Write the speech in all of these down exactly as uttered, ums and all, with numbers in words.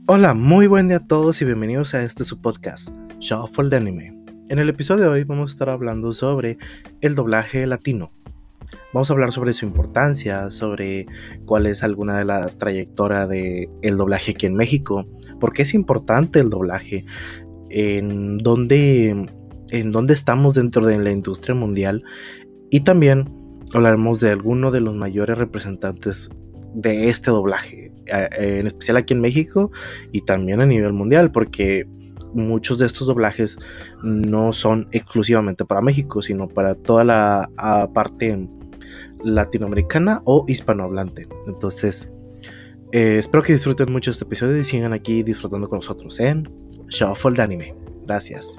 Hola, muy buen día a todos y bienvenidos a este su podcast, Shuffle de Anime. En el episodio de hoy vamos a estar hablando sobre el doblaje latino. Vamos a hablar sobre su importancia, sobre cuál es alguna de la trayectoria del doblaje aquí en México, por qué es importante el doblaje, en dónde, en dónde estamos dentro de la industria mundial, y también hablaremos de alguno de los mayores representantes de este doblaje, en especial aquí en México y también a nivel mundial, porque muchos de estos doblajes no son exclusivamente para México, sino para toda la parte latinoamericana o hispanohablante. Entonces, eh, espero que disfruten mucho este episodio y sigan aquí disfrutando con nosotros en Shuffle de Anime. Gracias.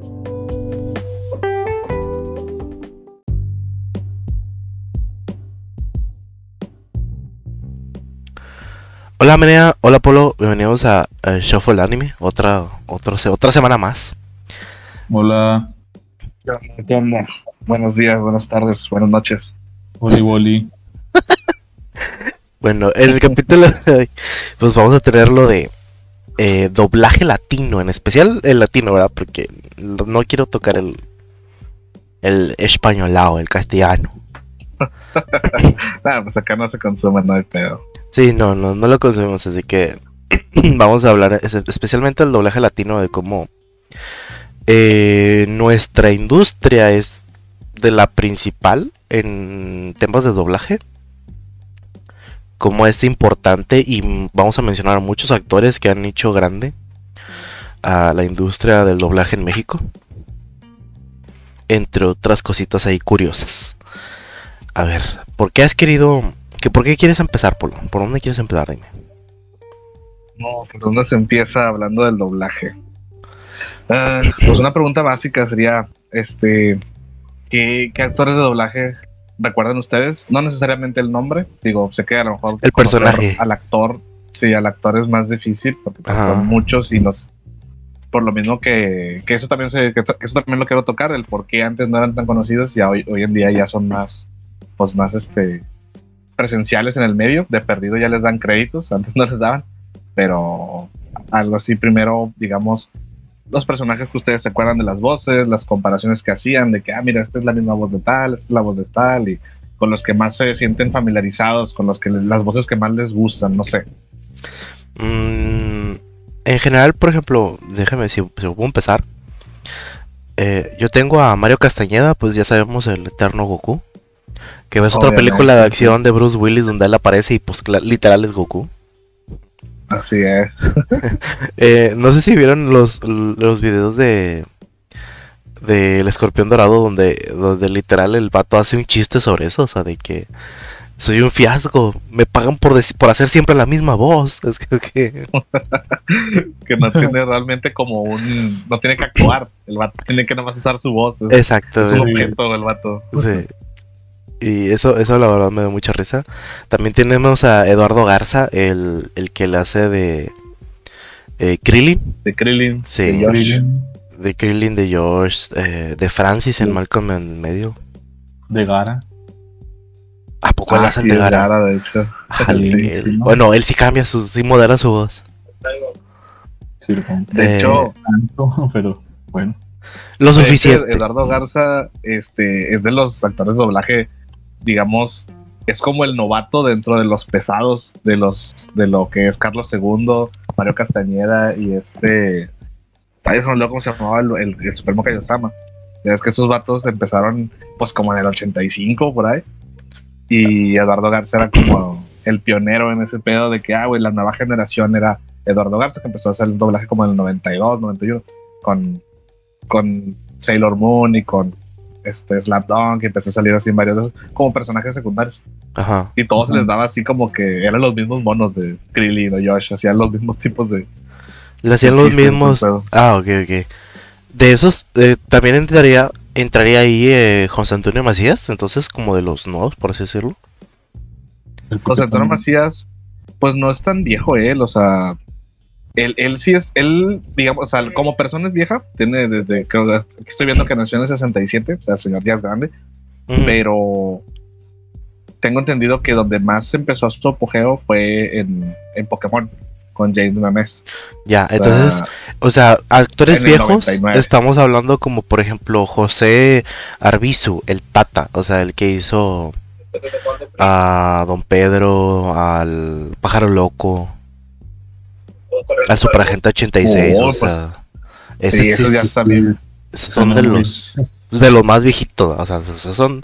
Hola Menea, hola Polo, bienvenidos a, a Shuffle de Anime, otra, otra, otra semana más. Hola. ¿Qué onda? Buenos días, buenas tardes, buenas noches. Oli, Boli. Bueno, en el capítulo de hoy, pues vamos a tener lo de eh, doblaje latino, en especial el latino, ¿verdad? Porque no quiero tocar el, el españolado, el castellano. Ah, pues acá no se consume, no hay pedo. Sí, no, no, no lo consumimos, así que vamos a hablar especialmente del doblaje latino, de cómo eh, nuestra industria es de la principal en temas de doblaje, cómo es importante, y vamos a mencionar a muchos actores que han hecho grande a la industria del doblaje en México, entre otras cositas ahí curiosas. A ver, ¿por qué has querido... que ¿Por qué quieres empezar, Polo? ¿Por dónde quieres empezar? Dime. No, ¿por dónde se empieza hablando del doblaje? Uh, pues una pregunta básica sería, este, ¿qué, qué actores de doblaje recuerdan ustedes? No necesariamente el nombre, digo, sé que a lo mejor el personaje al actor, sí, al actor es más difícil porque pues, son muchos y nos, por lo mismo que, que eso también se, que, que eso también lo quiero tocar, el por qué antes no eran tan conocidos y hoy, hoy en día ya son más, pues más este presenciales en el medio, de perdido ya les dan créditos, antes no les daban, pero algo así. Primero, digamos, los personajes que ustedes se acuerdan de las voces, las comparaciones que hacían, de que, ah, mira, esta es la misma voz de tal, esta es la voz de tal, y con los que más se sienten familiarizados, con los que las voces que más les gustan, no sé. Mm, en general, por ejemplo, déjame si, si puedo empezar. Eh, yo tengo a Mario Castañeda, pues ya sabemos, el eterno Goku. Que ves otra película de acción de Bruce Willis donde él aparece y pues literal es Goku. Así es. eh, no sé si vieron los, los videos de del Escorpión Dorado donde, donde literal el vato hace un chiste sobre eso, o sea, de que soy un fiasco, me pagan por dec- por hacer siempre la misma voz. Es que, que... que no tiene realmente como un... no tiene que actuar, el vato tiene que nada más usar su voz. Es, Exacto. Es un objeto el vato. Sí. Y eso, eso la verdad me da mucha risa. También tenemos a Eduardo Garza, el, el que le hace de eh, Krillin. De Krillin. Sí. De Josh. De Krillin, de Josh, eh, de Francis en sí. Malcolm en medio. De Gara. ¿A poco le ah, hacen sí, de Gara? Gara, de hecho. Jale, sí, él, ¿no? Bueno, él sí cambia, su, sí modera su voz. Sí, de eh, hecho, tanto, pero bueno. Lo suficiente. Eduardo Garza este, es de los actores de doblaje, digamos, es como el novato dentro de los pesados de los de lo que es Carlos segundo, Mario Castañeda y este... Ay, se me olvidó cómo se llamaba el, el, el Supremo Kaiosama. Ya es que esos vatos empezaron pues como en el ochenta y cinco por ahí. Y Eduardo Garza era como el pionero en ese pedo de que, ah, güey, la nueva generación era Eduardo Garza, que empezó a hacer el doblaje como en el noventa y dos, noventa y uno, con, con Sailor Moon y con este Slam Dunk, y empezó a salir así en varios de esos, como personajes secundarios. Ajá. Y todos Ajá. les daba así como que eran los mismos monos de Krillin o Josh, hacían los mismos tipos de... Le hacían los mismos... Ah, ok, ok. De esos, eh, también entraría entraría ahí eh, José Antonio Macías, entonces como de los nuevos, por así decirlo. José Antonio Macías, pues no es tan viejo él, o sea, él, él sí es, él, digamos, o sea, como persona es vieja, tiene desde, creo que aquí estoy viendo que nació en el sesenta y siete, o sea, el señor ya es grande, uh-huh. Pero tengo entendido que donde más empezó su apogeo fue en, en Pokémon, con James Memes. Ya, entonces, o sea, actores en el viejos, noventa y nueve. estamos hablando como por ejemplo José Arbizu, el Tata, o sea, el que hizo a Don Pedro, al Pájaro Loco, al Superagente ochenta y seis, Oh, o pues, sea, ese Sí, sí esos ya es- están bien. son de los de los más viejitos, o sea, esos son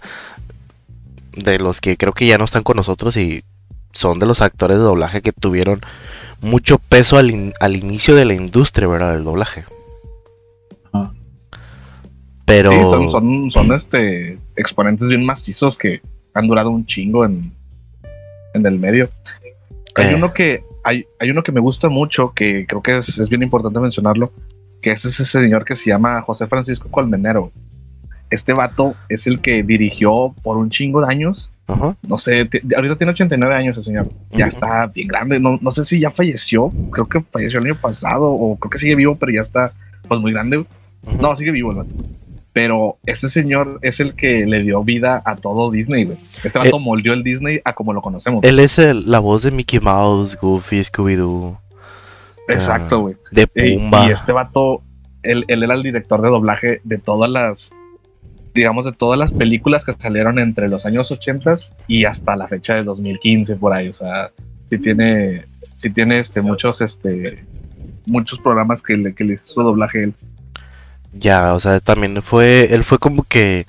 de los que creo que ya no están con nosotros y son de los actores de doblaje que tuvieron mucho peso al, in- al inicio de la industria, ¿verdad? Del doblaje. Ajá. Pero Sí, son, son, son este exponentes bien macizos que han durado un chingo en, en el medio. Hay Eh. uno que hay, hay uno que me gusta mucho, que creo que es, es bien importante mencionarlo, que es ese señor que se llama José Francisco Colmenero. Este vato es el que dirigió por un chingo de años. Ajá. No sé, t- ahorita tiene ochenta y nueve años el señor. Ya Ujú. está bien grande. No, no sé si ya falleció. Creo que falleció el año pasado. O creo que sigue vivo, pero ya está pues muy grande. Ujú. No, sigue vivo el vato. Pero este señor es el que le dio vida a todo Disney, güey. Este vato Eh, moldeó el Disney a como lo conocemos. Él es el- la voz de Mickey Mouse, Goofy, Scooby-Doo, Exacto, güey. de Y, Pumba. y este vato, él, él era el director de doblaje de todas las, digamos, de todas las películas que salieron entre los años ochenta y hasta la fecha de dos mil quince por ahí. O sea, sí tiene, sí tiene este, muchos, este, muchos programas que le, que le hizo doblaje él. Ya, o sea, también fue, él fue como que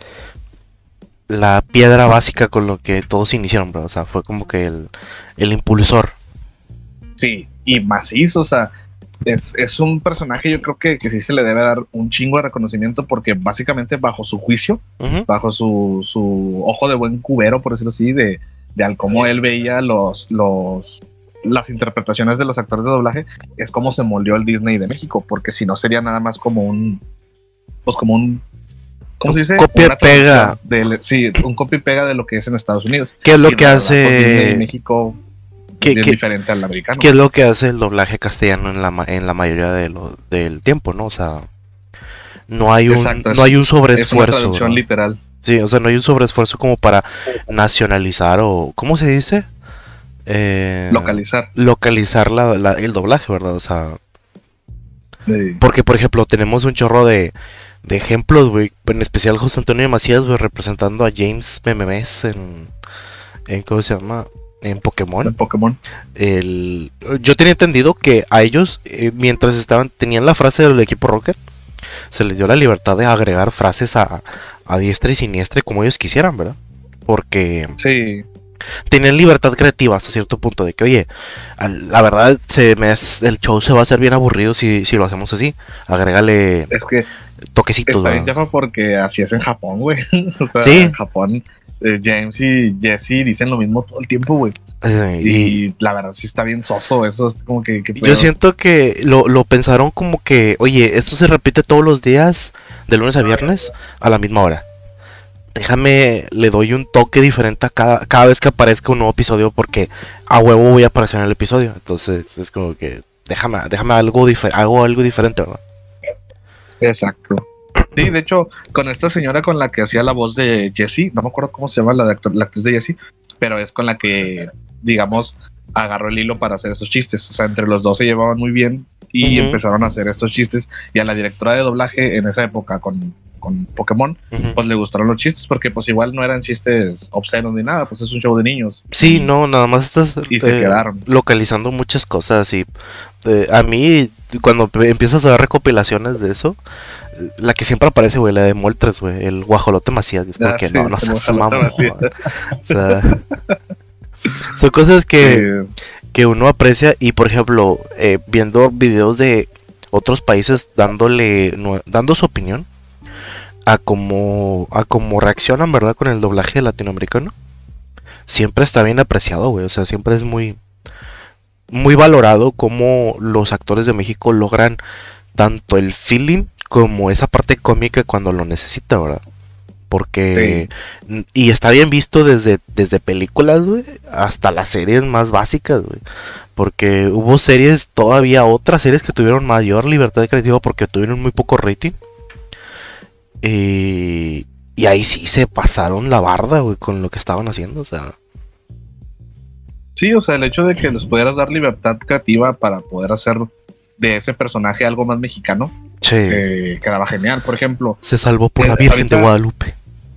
la piedra básica con lo que todos iniciaron, bro. O sea, fue como que el, el impulsor. Sí, y macizo, o sea, es, es un personaje yo creo que, que sí se le debe dar un chingo de reconocimiento porque básicamente bajo su juicio, Ujú. bajo su, su ojo de buen cubero, por decirlo así, de, de al cómo él veía los, los, las interpretaciones de los actores de doblaje, es como se moldeó el Disney de México, porque si no sería nada más como un, pues como un, ¿cómo se dice? Copia y Una pega. traducción del- sí, un copia y pega de lo que es en Estados Unidos. ¿Qué es lo Y que la verdad, pues, Disney en hace? México ¿Qué, es bien qué- diferente al americano. qué es lo que hace el doblaje castellano en la, ma- en la mayoría de lo, del tiempo, ¿no? O sea, no hay un, Exacto, no hay un es una sobreesfuerzo. traducción ¿no? literal. Sí, o sea, no hay un sobreesfuerzo como para nacionalizar o, ¿cómo se dice? Eh, Localizar. localizar la, la- el doblaje, ¿verdad? O sea, Sí. porque por ejemplo tenemos un chorro de, de ejemplos, güey, en especial José Antonio Macías, güey, representando a James Memes en, en, ¿cómo se llama? En Pokémon. En Pokémon. El, yo tenía entendido que a ellos, eh, mientras estaban, tenían la frase del equipo Rocket, se les dio la libertad de agregar frases a, a diestra y siniestra como ellos quisieran, ¿verdad? Porque Sí. tenían libertad creativa hasta cierto punto de que, oye, al- la verdad se me es- el show se va a hacer bien aburrido si, si lo hacemos así. Agrégale Es que toquecitos, está bien ¿verdad? chafa porque así es en Japón, güey. O sea, Sí. en Japón, eh, James y Jesse dicen lo mismo todo el tiempo, güey. Eh, y Y la verdad sí está bien soso. Eso es como que. que yo pedo. siento que lo, lo pensaron como que, oye, esto se repite todos los días, de lunes a viernes, a la misma hora. Déjame, le doy un toque diferente a cada, cada vez que aparezca un nuevo episodio porque a huevo voy a aparecer en el episodio. Entonces es como que déjame, déjame algo, difer- hago algo diferente, ¿verdad? Exacto. Sí, de hecho, con esta señora con la que hacía la voz de Jessie, no me acuerdo cómo se llama la, de actor- la actriz de Jessie, pero es con la que, digamos, agarró el hilo para hacer esos chistes. O sea, entre los dos se llevaban muy bien y Ujú. empezaron a hacer estos chistes. Y a la directora de doblaje en esa época con, con Pokémon, Ujú. pues le gustaron los chistes porque pues igual no eran chistes obscenos ni nada, pues es un show de niños. Sí, Y- no, nada más estás y se eh, quedaron. localizando muchas cosas y eh, a mí cuando pe- empiezas a ver recopilaciones de eso, eh, la que siempre aparece, güey, la de Moltres, güey, el guajolote Macías, es como Ah, que sí, no, no el seas guajolote mamón. Macías. O sea, son cosas que, Eh, que uno aprecia y por ejemplo, eh, viendo videos de otros países dándole, nue- dando su opinión a cómo, a cómo reaccionan, ¿verdad? Con el doblaje latinoamericano. Siempre está bien apreciado, güey. O sea, siempre es muy, muy valorado cómo los actores de México logran tanto el feeling como esa parte cómica cuando lo necesita, ¿verdad? Porque... n- Y está bien visto desde, desde películas, güey, hasta las series más básicas, güey. Porque hubo series, todavía otras series que tuvieron mayor libertad creativa porque tuvieron muy poco rating. Y, y ahí sí se pasaron la barda, güey, con lo que estaban haciendo, o sea... Sí, o sea, el hecho de que les pudieras dar libertad creativa para poder hacer de ese personaje algo más mexicano, Sí. eh, quedaba genial. Por ejemplo, Se salvó por eh, la Virgen ahorita- de Guadalupe.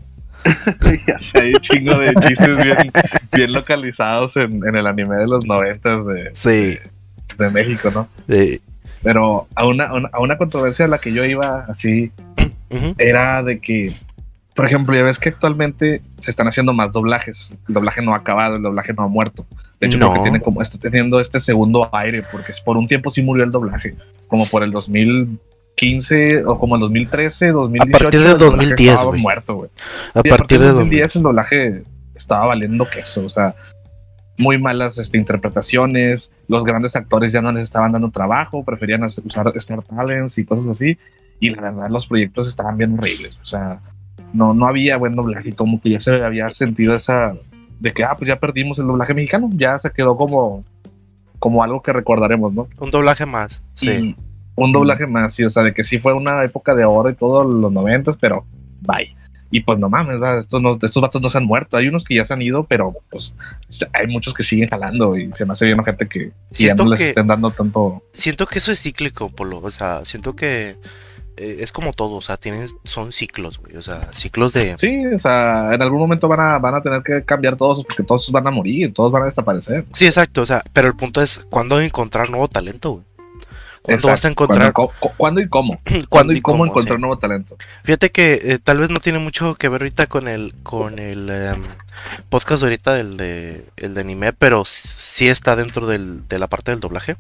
ya sé, hay un chingo de chistes bien, bien localizados en, en el anime de los noventas de, Sí. de México, ¿no? Eh, Pero a una, a una, a una controversia a la que yo iba así ujú. era de que, por ejemplo, ya ves que actualmente se están haciendo más doblajes. El doblaje no ha acabado, el doblaje no ha muerto. De hecho, No. creo que tiene como, está teniendo este segundo aire, porque por un tiempo sí murió el doblaje, como por el dos mil quince o como el dos mil trece, dos mil dieciocho. A partir del el doblaje dos mil diez, estaba güey. muerto, güey. A Sí, partir de del dos mil diez. el doblaje estaba valiendo queso, o sea, muy malas este, interpretaciones, los grandes actores ya no les estaban dando trabajo, preferían hacer- usar Star Talents y cosas así, y la verdad los proyectos estaban bien horribles, o sea, no, no había buen doblaje, y como que ya se había sentido esa, de que, ah, pues ya perdimos el doblaje mexicano, ya se quedó como, como algo que recordaremos, ¿no? Un doblaje más. Sí. Y un doblaje más, sí, o sea, de que sí fue una época de oro y todos los noventas, pero bye. Y pues no mames, ¿verdad? Estos, no, estos vatos no se han muerto. Hay unos que ya se han ido, pero pues hay muchos que siguen jalando y se me hace bien gente que, que ya Siento no les que- estén dando tanto. Siento que eso es cíclico, Polo. O sea, siento que eh, es como todo. O sea, tienen, son ciclos, güey. O sea, ciclos de. Sí, o sea, en algún momento van a, van a tener que cambiar todos porque todos van a morir, todos van a desaparecer. Sí, exacto. O sea, pero el punto es cuándo encontrar nuevo talento, güey. ¿Cuándo Exacto. vas a encontrar? ¿Cuándo, co- cuándo y cómo? ¿Cuándo ¿Cuándo y cómo encontrar sí. nuevo talento? Fíjate que eh, tal vez no tiene mucho que ver ahorita con el con el em, podcast ahorita del de el de anime, pero sí está dentro del, de la parte del doblaje.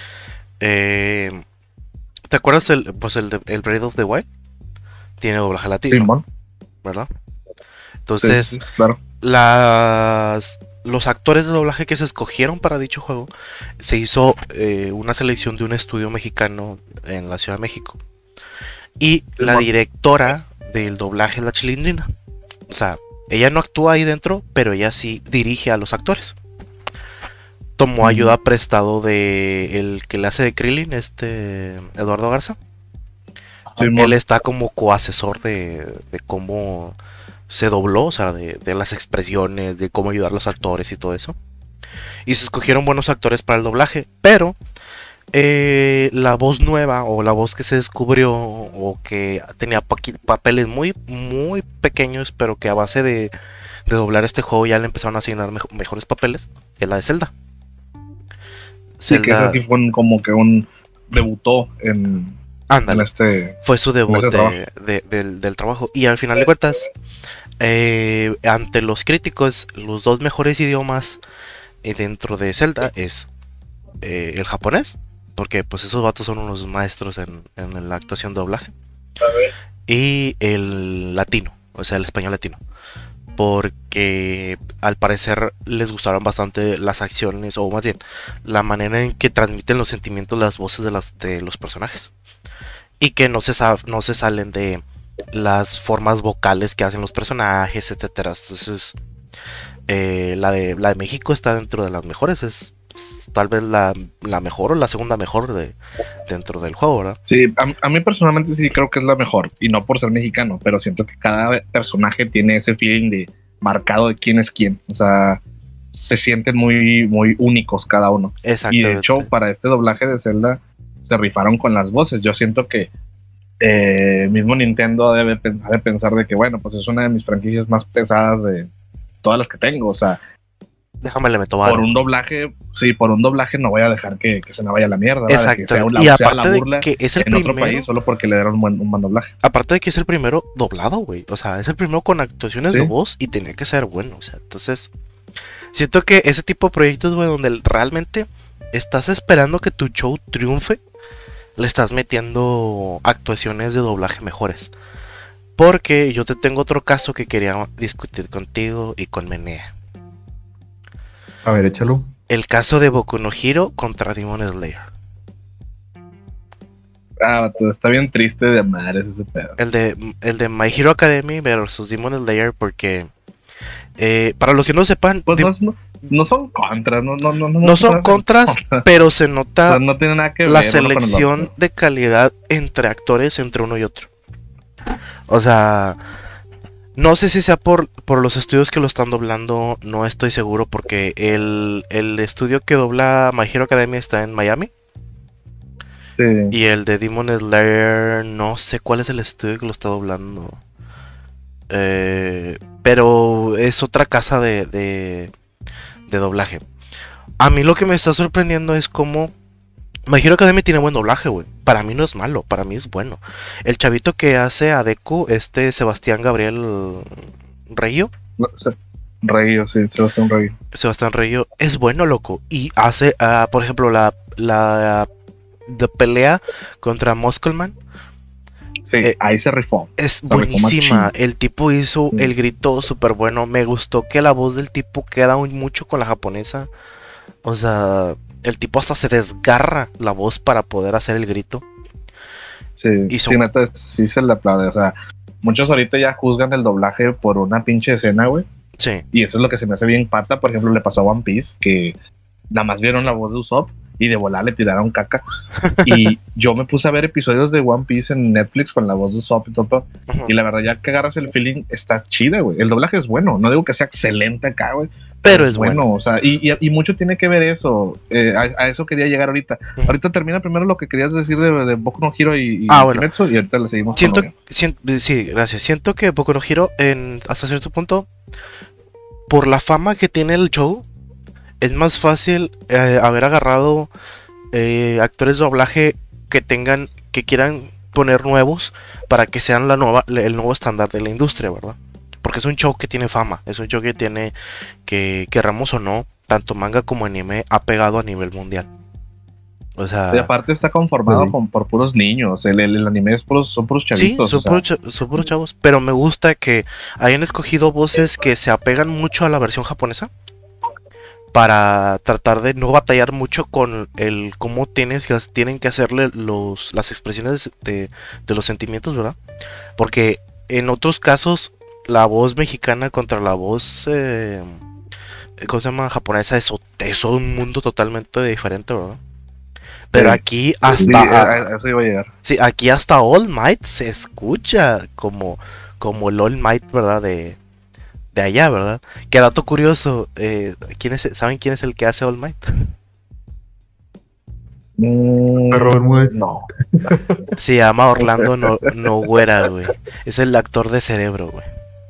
Eh, ¿Te acuerdas el pues el de, el Breath of the Wild? Tiene doblaje latino, Simón. ¿verdad? Sí, Entonces, sí, claro. las los actores de doblaje que se escogieron para dicho juego se hizo eh, una selección de un estudio mexicano en la Ciudad de México. Y la Simón. directora del doblaje es la Chilindrina. O sea, ella no actúa ahí dentro, pero ella sí dirige a los actores. Tomó Mm. ayuda prestado de el que le hace de Krillin, este Eduardo Garza. Simón. Él está como coasesor de, de cómo se dobló, o sea, de, de las expresiones, de cómo ayudar a los actores y todo eso. Y se escogieron buenos actores para el doblaje, pero eh, la voz nueva o la voz que se descubrió o que tenía paqui- papeles muy, muy pequeños, pero que a base de, de doblar este juego ya le empezaron a asignar mejo- mejores papeles, es la de Zelda. Sí, que Zelda, ese sí fue un- como que un debutó en, en ándale. este. Fue su debut ese de- trabajo. de- del, del trabajo. Y al final de cuentas, eh, ante los críticos, los dos mejores idiomas eh, dentro de Zelda es eh, el japonés, porque pues esos vatos son unos maestros en, en la actuación de doblaje, y el latino, o sea, el español latino. Porque al parecer les gustaron bastante las acciones, o más bien, la manera en que transmiten los sentimientos las voces de, las, de los personajes. Y que no se, sa- no se salen de las formas vocales que hacen los personajes, etcétera. Entonces, eh, la, de, la de México está dentro de las mejores. Es, es tal vez la, la mejor o la segunda mejor de, dentro del juego, ¿verdad? Sí, a, a mí personalmente sí creo que es la mejor. Y no por ser mexicano, pero siento que cada personaje tiene ese feeling de marcado de quién es quién. O sea, se sienten muy, muy únicos cada uno. Y Exactamente. de hecho, para este doblaje de Zelda se rifaron con las voces. Yo siento que eh, mismo Nintendo debe, pen- ha de pensar de que, bueno, pues es una de mis franquicias más pesadas de todas las que tengo. O sea, Déjame le meto varo. por un doblaje, sí, por un doblaje no voy a dejar que, que se me vaya a la mierda. ¿verdad? De que sea Exacto. una- Y sea aparte la de burla que es el en otro primero, país solo porque le dieron un buen, un buen doblaje. aparte de que es el primero doblado, güey. O sea, es el primero con actuaciones Sí. de voz y tenía que ser bueno. O sea, entonces, siento que ese tipo de proyectos, güey, donde realmente estás esperando que tu show triunfe, le estás metiendo actuaciones de doblaje mejores. Porque yo te tengo otro caso que quería discutir contigo y con Menea. A ver, échalo. El caso de Boku no Hero contra Demon Slayer. Ah, vato, está bien triste de amar ese pedo. El de, el de My Hero Academy versus Demon Slayer, porque eh, para los que no sepan, Pues Dim- no, no, no son contras, no, no, no, no, no son contras, pero se O nota sea, no tiene nada que la ver uno con el selección otro. de calidad entre actores entre uno y otro. O sea, No sé si sea por, por los estudios que lo están doblando, no estoy seguro porque el, el estudio que dobla My Hero Academia está en Miami. Sí. Y el de Demon Slayer, no sé cuál es el estudio que lo está doblando. Eh, pero es otra casa de, de, de doblaje. A mí lo que me está sorprendiendo es cómo My Hero Academia tiene buen doblaje, güey. Para mí no es malo, para mí es bueno. El chavito que hace a Deku, este Sebastián Gabriel Reyo. No, se- Rey, sí, Sebastián Rey. Sebastián Reyo es bueno, loco. Y hace, ah, por ejemplo, la, la de pelea contra Muscleman. Sí, Eh, ahí se rifó. Es Se rifó buenísima. machín. El tipo hizo Sí. el grito súper bueno. Me gustó que la voz del tipo queda un- mucho con la japonesa. O sea, el tipo hasta se desgarra la voz para poder hacer el grito. Sí, Y son- sí, neta, sí se le aplaude. O sea, muchos ahorita ya juzgan el doblaje por una pinche escena, güey. Sí. Y eso es lo que se me hace bien pata. Por ejemplo, le pasó a One Piece, que nada más vieron la voz de Usopp y de volar le tiraron caca. Y yo me puse a ver episodios de One Piece en Netflix con la voz de Usopp y todo. Ujú. Y la verdad, ya que agarras el feeling, está chida, güey. El doblaje es bueno. No digo que sea excelente acá, güey. Pero es bueno. O sea, y, y, y mucho tiene que ver eso. Eh, a, a eso quería llegar ahorita. Ujú. Ahorita termina primero lo que querías decir de, de Boku no Hero y, y Ah, bueno. Kimetsu, y ahorita le seguimos. Siento, con lo sien- sí, gracias. Siento que Boku no Hero, en, hasta cierto punto, por la fama que tiene el show, es más fácil eh, haber agarrado eh, actores de doblaje que tengan, que quieran poner nuevos para que sean la nueva, el nuevo estándar de la industria, ¿verdad? Porque es un show que tiene fama, es un show que tiene, que querramos o no, tanto manga como anime ha pegado a nivel mundial. O sea, Y aparte está conformado Sí. con, por puros niños. El, el, el anime es puros, son puros sí, chavitos. son o sea, puros, cha- son puros chavos, pero me gusta que hayan escogido voces que se apegan mucho a la versión japonesa para tratar de no batallar mucho con el cómo tienes que, tienen que hacerle los, las expresiones de, de los sentimientos, ¿verdad? Porque en otros casos la voz mexicana contra la voz, eh, ¿cómo se llama? Japonesa es, o- es un mundo totalmente diferente, ¿verdad? Pero Sí. aquí sí, hasta... a, a eso iba a llegar. Sí, aquí hasta All Might se escucha como, como el All Might, ¿verdad? De, de allá, ¿verdad? Que dato curioso, eh, ¿quién es, ¿saben quién es el que hace All Might? Mm, Perro Bermúdez. no. Se llama Orlando no, Noguera, güey. Es el actor de Cerebro, güey.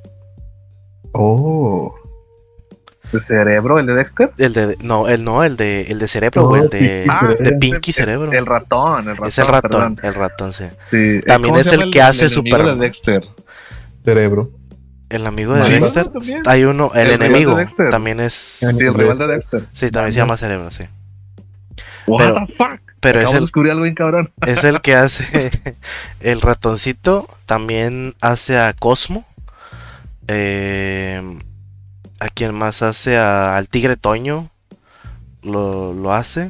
Oh. ¿De Cerebro, el de Dexter? El de, no, el no, el de, el de Cerebro, No, güey, el de, Pinky de Cerebro. Pinky el- Cerebro. El, ratón, el ratón. Es el ratón, perdón. el ratón, sí. Sí. También ¿Cómo es se el llama que hace enemigo Superman. de Dexter? Cerebro. El amigo de Sí, Dexter, también. hay uno, el, El rival de enemigo, Dexter. también es, Sí, el rival de Dexter. sí, también se llama Cerebro, sí. What Pero- the fuck? Pero es Acabo de el, descubrir algo bien cabrón. es el que hace el ratoncito, también hace a Cosmo. Eh, ¿A quién más hace? A- al Tigre Toño. Lo, lo hace.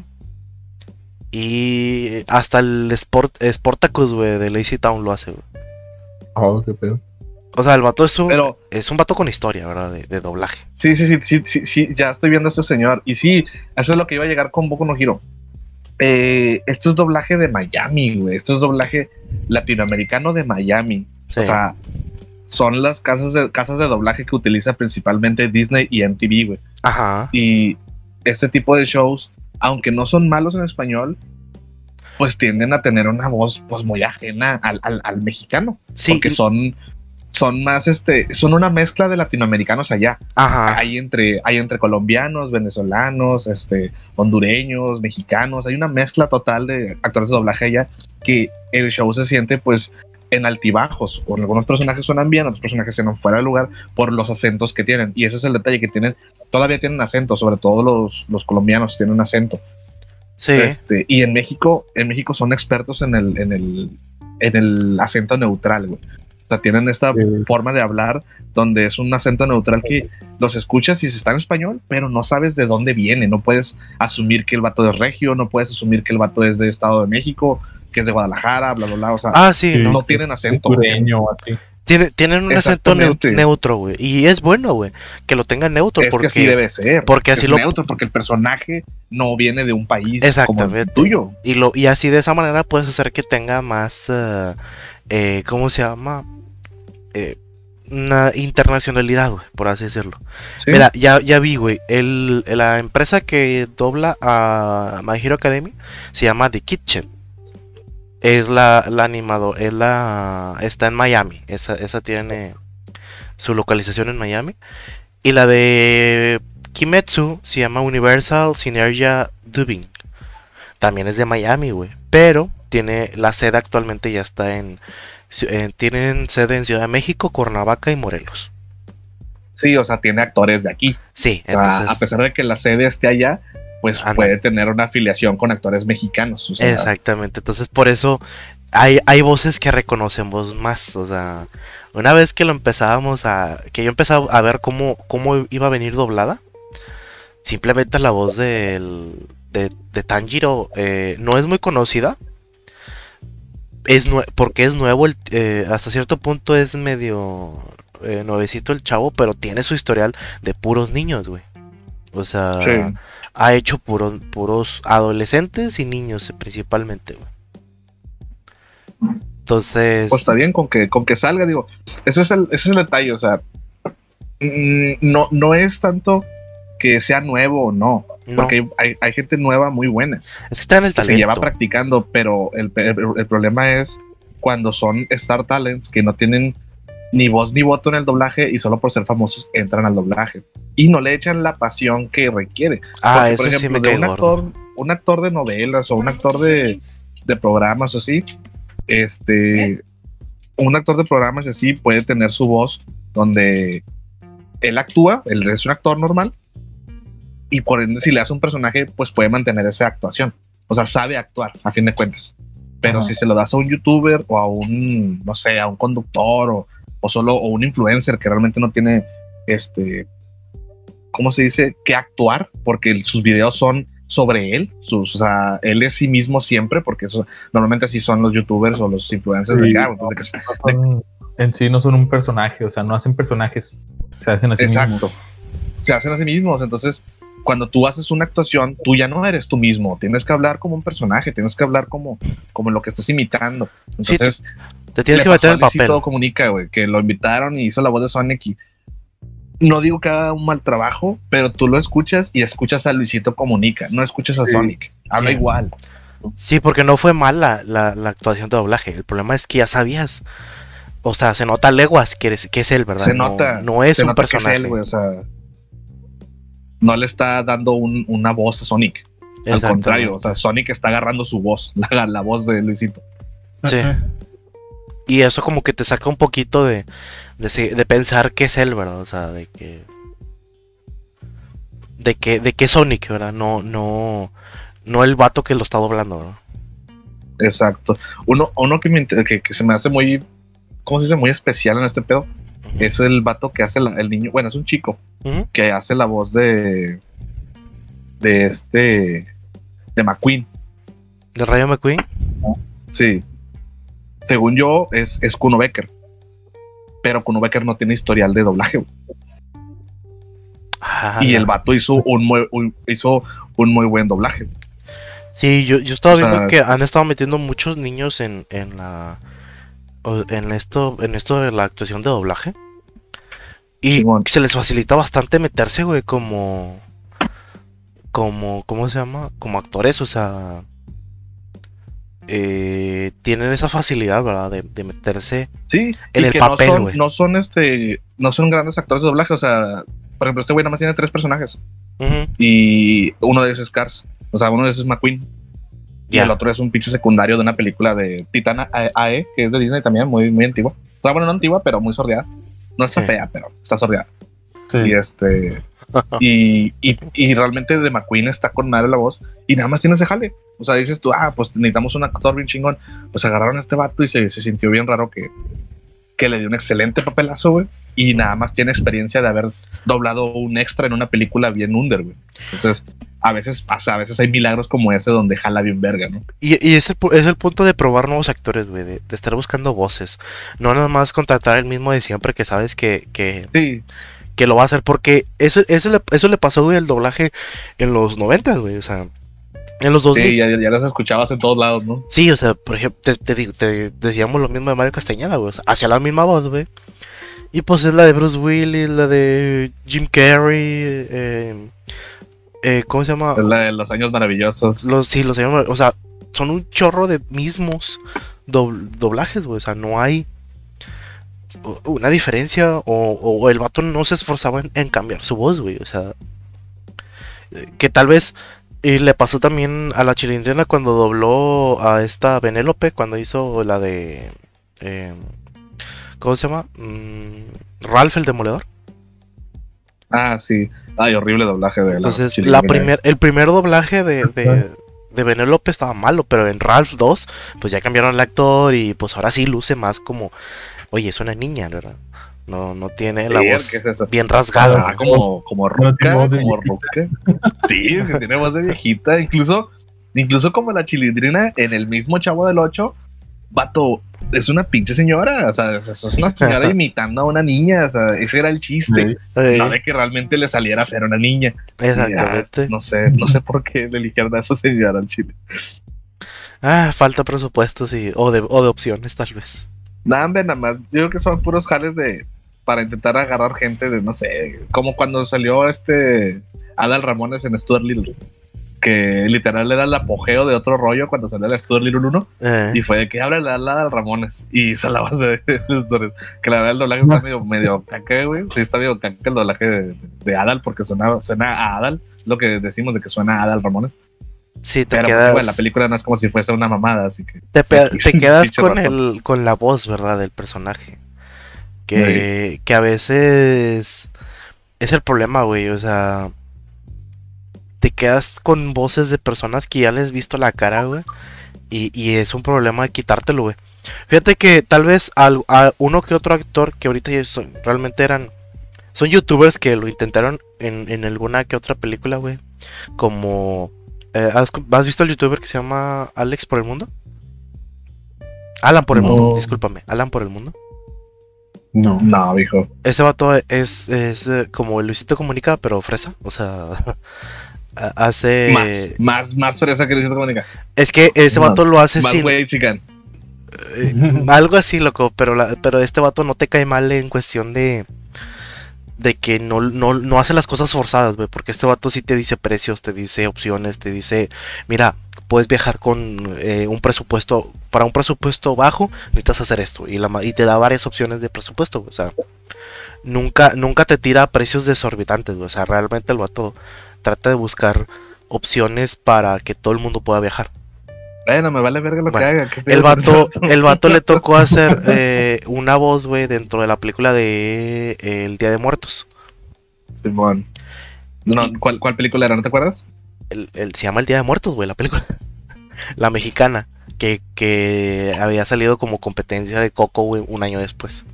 Y hasta el Sport, Sportacus, güey, de Lazy Town lo hace, güey. Oh, qué pedo. O sea, el vato es un, Pero es un vato con historia, ¿verdad? De, de doblaje. sí, sí, sí, sí, sí, sí, ya estoy viendo a este señor. Y sí, eso es lo que iba a llegar con Boku no Hero. Eh, esto es doblaje de Miami, güey. Esto es doblaje latinoamericano de Miami. Sí. O sea, son las casas de, casas de doblaje que utiliza principalmente Disney y M T V, güey. Ajá. Y este tipo de shows, aunque no son malos en español, pues tienden a tener una voz pues muy ajena al, al, al mexicano. Sí. Porque son, son más, este, son una mezcla de latinoamericanos allá. Ajá. Hay entre, hay entre colombianos, venezolanos, este, hondureños, mexicanos. Hay una mezcla total de actores de doblaje allá que el show se siente pues en altibajos. O algunos personajes suenan bien, otros personajes suenan fuera de lugar por los acentos que tienen. Y ese es el detalle, que tienen, todavía tienen acento, sobre todo los, los colombianos tienen acento. Sí. Este, y en México, en México son expertos en el, en el, en el acento neutral, güey. O sea, tienen esta Sí. forma de hablar donde es un acento neutral que los escuchas y se está en español, pero no sabes de dónde viene. No puedes asumir que el vato es regio, no puedes asumir que el vato es de Estado de México, que es de Guadalajara, bla, bla, bla. O sea, Ah, sí, Sí. no. no tienen acento. Sureño, así. Tiene- tienen un acento neu- Exactamente. neutro, güey. Y es bueno, güey, que lo tengan neutro Es que porque... así debe ser. porque así es lo- neutro, porque el personaje no viene de un país Exactamente. como el tuyo. Y, lo, y así de esa manera puedes hacer que tenga más... eh, eh, ¿cómo se llama? Eh, una internacionalidad, güey, por así decirlo. ¿Sí? Mira, ya, ya vi, güey, el, la empresa que dobla a My Hero Academia se llama The Kitchen. Es la, la animador, es la, está en Miami, esa, esa tiene su localización en Miami. Y la de Kimetsu se llama Universal Synergia Dubbing. También es de Miami, güey. Pero tiene la sede actualmente ya está en, en... Tienen sede en Ciudad de México, Cuernavaca y Morelos. Sí, o sea, tiene actores de aquí. Sí, O sea, entonces... a pesar de que la sede esté allá, pues Anda. puede tener una afiliación con actores mexicanos. O sea, Exactamente, entonces por eso hay, hay voces que reconocemos más, o sea, una vez que lo empezábamos a, que yo empezaba a ver cómo, cómo iba a venir doblada, simplemente la voz del, de, de Tanjiro eh, no es muy conocida, es nue- porque es nuevo, el, eh, hasta cierto punto es medio eh, nuevecito el chavo, pero tiene su historial de puros niños, güey, o sea... sí. Ha hecho puros, puros adolescentes y niños eh, principalmente, güey. Entonces, Pues está bien con que, con que salga, digo, ese es el, ese es el detalle, o sea, mm, no, no es tanto que sea nuevo o no, no, porque hay, hay, hay gente nueva muy buena, es que está en el que se lleva talento. practicando, pero el, el, el problema es cuando son Star Talents que no tienen ni voz ni voto en el doblaje y solo por ser famosos entran al doblaje y no le echan la pasión que requiere. Ah, Porque, eso por ejemplo, sí me de cae un gordo. actor, un actor de novelas o un actor de, de programas o así, este, un actor de programas así puede tener su voz donde él actúa, él es un actor normal y por ende si le hace un personaje pues puede mantener esa actuación, o sea, sabe actuar a fin de cuentas. Pero Ajá. si se lo das a un youtuber o a un, no sé, a un conductor o, o solo o un influencer que realmente no tiene este, ¿cómo se dice? Que actuar, porque sus videos son sobre él, sus, o sea, él es sí mismo siempre, porque eso, normalmente así son los youtubers o los influencers Sí. de acá, pues, de que- No son- en sí no son un personaje, o sea, no hacen personajes, se hacen a sí exacto, mismos. se hacen a sí mismos, entonces cuando tú haces una actuación, tú ya no eres tú mismo, tienes que hablar como un personaje, tienes que hablar como, como lo que estás imitando, entonces Te tienes le que meter en el pasó a Luisito papel. Comunica, güey, que lo invitaron y hizo la voz de Sonic y no digo que haga un mal trabajo, pero tú lo escuchas y escuchas a Luisito Comunica, no escuchas a Sí. Sonic, habla Sí. igual. Sí, porque no fue mal la, la, la actuación de doblaje. El problema es que ya sabías. O sea, se nota a leguas que, eres- que es él, ¿verdad? Se No- nota, No, es se un nota que es personaje. él, güey, o sea, no le está dando un- una voz a Sonic, al Exactamente. contrario, o sea, Sonic está agarrando su voz, la, la voz de Luisito. Sí. Y eso como que te saca un poquito de, de, se- de pensar que es él, ¿verdad? O sea, de que... De que, de que es Sonic, ¿verdad? No, no, no el vato que lo está doblando, ¿verdad? Exacto. Uno, uno que, me, inter- que, que se me hace muy, ¿cómo se dice? Muy especial en este pedo, Ujú. es el vato que hace la- el niño, bueno, es un chico Ujú. que hace la voz de, de este, de McQueen. ¿De Rayo McQueen? Sí. Según yo, es, es Kuno Becker. Pero Kuno Becker no tiene historial de doblaje. güey. Ah, y la- el vato hizo un muy, un- hizo un muy buen doblaje. Sí, yo, yo estaba O sea, viendo que han estado metiendo muchos niños en, en la o- en esto, en esto de la actuación de doblaje. Y Simón. se les facilita bastante meterse, güey, como como ¿cómo se llama? Como actores, o sea, eh, tienen esa facilidad, ¿verdad? De, de meterse. Sí, En y el que papel, no son, güey. no son este, no son grandes actores de doblaje. O sea, por ejemplo, este güey nada más tiene tres personajes. Ujú, Y uno de ellos es Cars. O sea, uno de esos es McQueen. Y ya. el otro es un pinche secundario de una película de Titana A E, que es de Disney también, muy, muy antigua. O sea, bueno, no antigua, pero muy sordeada. No está Sí. fea, pero está sordeada. Sí. Y este. y, y, y realmente de McQueen está con madre la voz. Y nada más tiene ese jale. O sea, dices tú, ah, pues necesitamos un actor bien chingón. Pues agarraron a este vato y se, se sintió bien raro que, que le dio un excelente papelazo, güey. Y nada más tiene experiencia de haber doblado un extra en una película bien under, güey. Entonces, a veces pasa, a veces hay milagros como ese donde jala bien verga, ¿no? Y, y es, el, pu- es el punto de probar nuevos actores, güey, de, de estar buscando voces. No nada más contratar el mismo de siempre que sabes que, que, Sí, que lo va a hacer. Porque eso, eso, le, eso le pasó, güey, al doblaje en los noventas, güey. O sea, en los dos mil. sí, ya, ya los escuchabas en todos lados, ¿no? Sí, o sea, por ejemplo, te, te digo, te decíamos lo mismo de Mario Castañeda, güey. O sea, hacía la misma voz, güey. Y pues es la de Bruce Willis, la de Jim Carrey, eh, eh, ¿cómo se llama? Es la de los años maravillosos. Los, sí, los años, o sea, son un chorro de mismos dobl- doblajes, güey. O sea, no hay una diferencia o, o el vato no se esforzaba en, en cambiar su voz, güey. O sea, que tal vez y le pasó también a la Chilindrina cuando dobló a esta Benélope, cuando hizo la de... Eh, ¿cómo se llama? Mm, Ralph el Demoledor. Ah, sí. Ay, horrible doblaje de la Entonces, Chilindrina. la primer, el primer doblaje de, de, de Benélope estaba malo, pero en Ralph dos, pues ya cambiaron el actor y pues ahora sí luce más como... Oye, es una niña, ¿verdad? No, no tiene la Sí, voz ¿qué es eso? bien rasgada. Ah, como, como No tiene ruca, voz de como viejita. ruca. Sí, es que tiene voz de viejita. Incluso, incluso como la Chilindrina en el mismo Chavo del Ocho, vato, es una pinche señora. O sea, es es una señora imitando a una niña. O sea, ese era el chiste. Sí. Eh, No de que realmente le saliera a ser una niña. exactamente. Ya, no sé, no sé por qué le eligieron a esa señora al chile. Ah, falta presupuesto, sí. O de, o de opciones, tal vez. Nada, hombre, nada más. Yo creo que son puros jales de. Para intentar agarrar gente de, no sé, como cuando salió este Adal Ramones en Stuart Little, que literal era el apogeo de otro rollo cuando salió el Stuart Little uno, Eh, y fue de que habla la Adal Ramones, y hizo la voz de los Dores, que la verdad el doblaje está medio, medio caca, güey, sí está medio caca el doblaje de, de Adal, porque suena, suena a Adal, lo que decimos de que suena a Adal Ramones, sí, te pero pues, quedas... igual, la película no es como si fuese una mamada, así que... Te, pe- te quedas Pinche con razón. el con la voz, ¿verdad? Del personaje. Que, que a veces es el problema, güey. O sea, te quedas con voces de personas que ya les has visto la cara, güey. Y, y es un problema de quitártelo, güey. Fíjate que tal vez al- a uno que otro actor que ahorita ya son, realmente eran... Son youtubers que lo intentaron en, en alguna que otra película, güey. Como... eh, ¿has, has visto el youtuber que se llama Alex por el Mundo? Alan por el No. Mundo, discúlpame. Alan por el Mundo. No. No, viejo. Ese vato es, es eh, como Luisito Comunica, pero fresa. O sea, ha- hace... Más, más, más fresa que Luisito Comunica. Es que ese No, vato lo hace Más sin... güey chican. eh, algo así, loco. Pero, la- pero este vato no te cae mal en cuestión de... De que no, no, no hace las cosas forzadas, güey. Porque este vato sí te dice precios, te dice opciones, te dice... Mira, puedes viajar con eh, un presupuesto... Para un presupuesto bajo, necesitas hacer esto. Y, la, ma- y te da varias opciones de presupuesto, güey. O sea... Nunca, nunca te tira precios desorbitantes, güey. O sea, realmente el vato trata de buscar opciones para que todo el mundo pueda viajar. Bueno, me vale verga lo Bueno, que haga. ¿qué El pedo? vato, el vato le tocó hacer eh, una voz, güey, dentro de la película de eh, El Día de Muertos. Simón. No, ¿cuál, ¿Cuál película era? ¿No te acuerdas? El, el- se llama El Día de Muertos, güey, la película. La mexicana, que, que había salido como competencia de Coco, güey, un año después.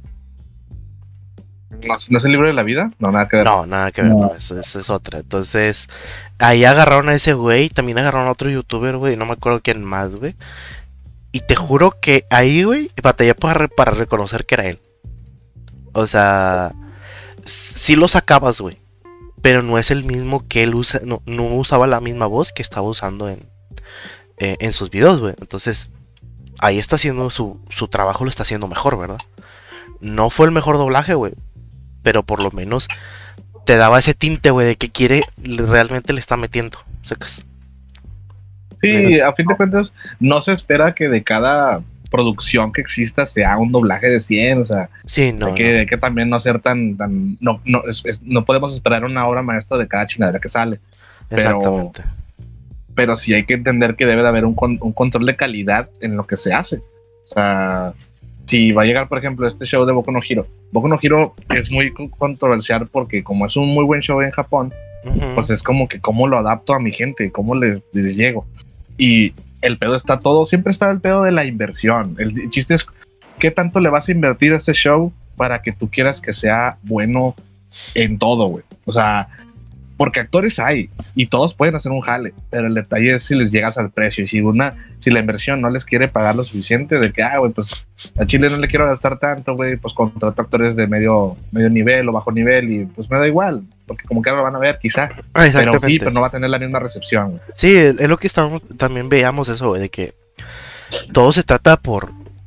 No, ¿no es el libro de la vida? No, nada que ver. No, nada que ver, No. no, esa es otra. Entonces, ahí agarraron a ese güey, también agarraron a otro youtuber, güey, no me acuerdo quién más, güey. Y te juro que ahí, güey, batallé para, re- para reconocer que era él. O sea, sí lo sacabas, güey, pero no es el mismo que él usa, no, no usaba la misma voz que estaba usando en, eh, en sus videos, güey. Entonces, ahí está haciendo su, su trabajo, lo está haciendo mejor, ¿verdad? No fue el mejor doblaje, güey, pero por lo menos te daba ese tinte, güey, de que quiere, realmente le está metiendo. ¿Sacas? Sí, a fin de cuentas, no se espera que de cada producción que exista sea un doblaje de cien, o sea, Sí, no. hay, que, no. hay que también no ser tan, tan no, no, es- es- no podemos esperar una obra maestra de cada chingadera que sale, pero- Exactamente. pero sí hay que entender que debe de haber un, con- un control de calidad en lo que se hace. O sea, si va a llegar, por ejemplo, este show de Boku no Hero, Boku no Hero es muy con- controversial porque como es un muy buen show en Japón, Ujú. pues es como que cómo lo adapto a mi gente, cómo les, les llego. Y el pedo está todo, siempre está el pedo de la inversión. El chiste es qué tanto le vas a invertir a este show para que tú quieras que sea bueno en todo, güey. O sea, porque actores hay y todos pueden hacer un jale, pero el detalle es si les llegas al precio y si una, si la inversión no les quiere pagar lo suficiente de que, ah, güey, pues a Chile no le quiero gastar tanto, güey, pues contrato actores de medio, medio nivel o bajo nivel y pues me da igual, porque como que ahora lo van a ver quizá. Ah, Pero exactamente. sí, pero no va a tener la misma recepción, güey. Sí, es, es lo que estábamos, también veíamos eso, güey, de que todo se trata por,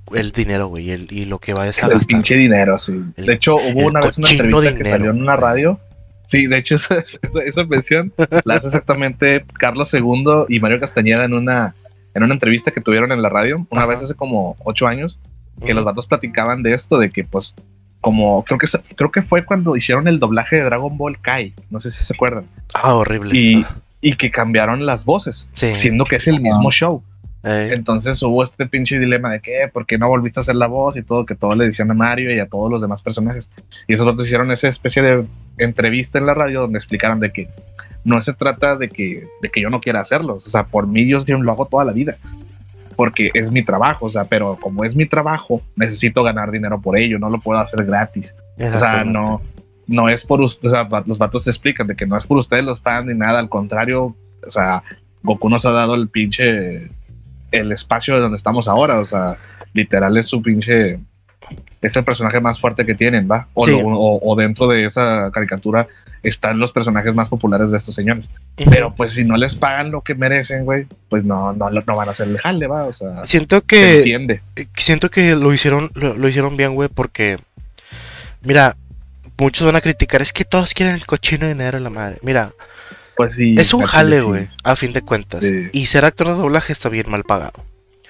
el dinero, güey, el, y lo que vayas a El gastar. pinche dinero, sí. El- de hecho, hubo el una vez una cochino entrevista que dinero. salió en una radio. Sí, de hecho, esa, esa, esa mención la hace exactamente Carlos segundo y Mario Castañeda en una, en una entrevista que tuvieron en la radio, una Ajá. vez hace como ocho años, que Ujú. los vatos platicaban de esto, de que pues, como, creo que, creo que fue cuando hicieron el doblaje de Dragon Ball Kai, no sé si se acuerdan, Ah, horrible. y, y que cambiaron las voces, Sí. siendo que es el mismo show. Eh, Entonces hubo este pinche dilema de que, ¿por qué no volviste a hacer la voz y todo? Que todo le decían a Mario y a todos los demás personajes. Y esos otros hicieron esa especie de entrevista en la radio donde explicaron de que no se trata de que, de que yo no quiera hacerlo. O sea, por mí yo lo hago toda la vida. Porque es mi trabajo, o sea, pero como es mi trabajo, necesito ganar dinero por ello, no lo puedo hacer gratis. O sea, exactamente. no, no es por ustedes, o sea, los vatos te explican de que no es por ustedes los fans ni nada, al contrario, o sea, Goku nos ha dado el pinche, el espacio de donde estamos ahora, o sea, literal es su pinche, es el personaje más fuerte que tienen, ¿va? O, Sí. lo- o, o dentro de esa caricatura están los personajes más populares de estos señores. Ujú. Pero pues si no les pagan lo que merecen, güey, pues no, no, no van a hacerle jale, ¿va? O sea, Siento se que entiende. eh, siento que lo hicieron lo, lo hicieron bien, güey, porque mira, muchos van a criticar, es que todos quieren el cochino dinero, la madre. Mira, Pues sí. es un al jale, chile sí. güey, a fin de cuentas. Sí. Y ser actor de doblaje está bien mal pagado.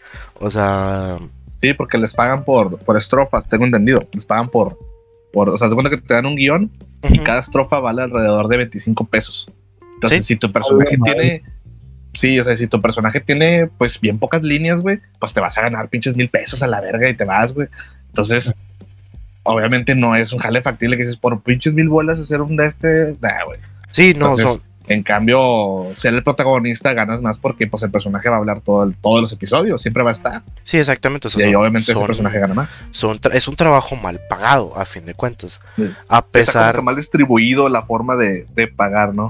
O sea, Sí, porque les pagan por, por estrofas, tengo entendido. Les pagan por, por, o sea, se cuenta que te dan un guión y ujú, cada estrofa vale alrededor de veinticinco pesos. Entonces, Sí. si tu personaje Hola, madre. tiene, sí, o sea, si tu personaje tiene, pues, bien pocas líneas, güey, pues te vas a ganar pinches mil pesos a la verga y te vas, güey. Entonces, obviamente no es un jale factible que dices, por pinches mil bolas hacer un de este, nah, güey. sí, no, Entonces, son, En cambio, ser el protagonista ganas más porque, pues, el personaje va a hablar todo el- todos los episodios, siempre va a estar. sí, exactamente. O sea, Y ahí, son- obviamente, son- ese personaje gana más. son tra- es un trabajo mal pagado, a fin de cuentas. Sí. A Está como pesar, que mal distribuido la forma de, de pagar, ¿no?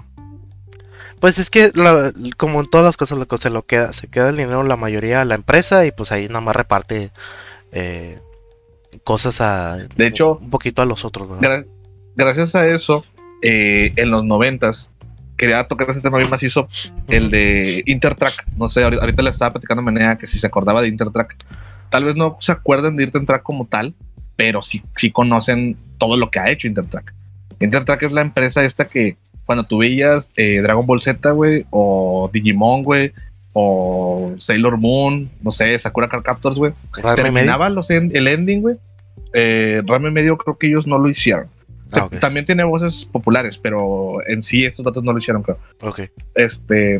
pues es que la- como en todas las cosas, lo que se lo queda, se queda el dinero la mayoría a la empresa y pues ahí nada más reparte eh, cosas a, De hecho, un poquito a los otros, ¿verdad? Gra- gracias a eso, eh, en los noventas, quería tocar ese tema bien macizo, el de Intertrack. No sé, ahorita, ahorita le estaba platicando a Menea que si se acordaba de Intertrack. Tal vez no se acuerden de Intertrack como tal, pero sí, sí conocen todo lo que ha hecho Intertrack. Intertrack es la empresa esta que cuando tú veías eh, Dragon Ball Z, güey, o Digimon, güey, o Sailor Moon, no sé, Sakura Card Captors, güey, Ranma y medio. terminaba los en- el ending, güey. Eh, Ranma y medio creo que ellos no lo hicieron. O sea, Ah, ok. también tiene voces populares, pero en sí estos datos no lo hicieron, creo. Ok. Este.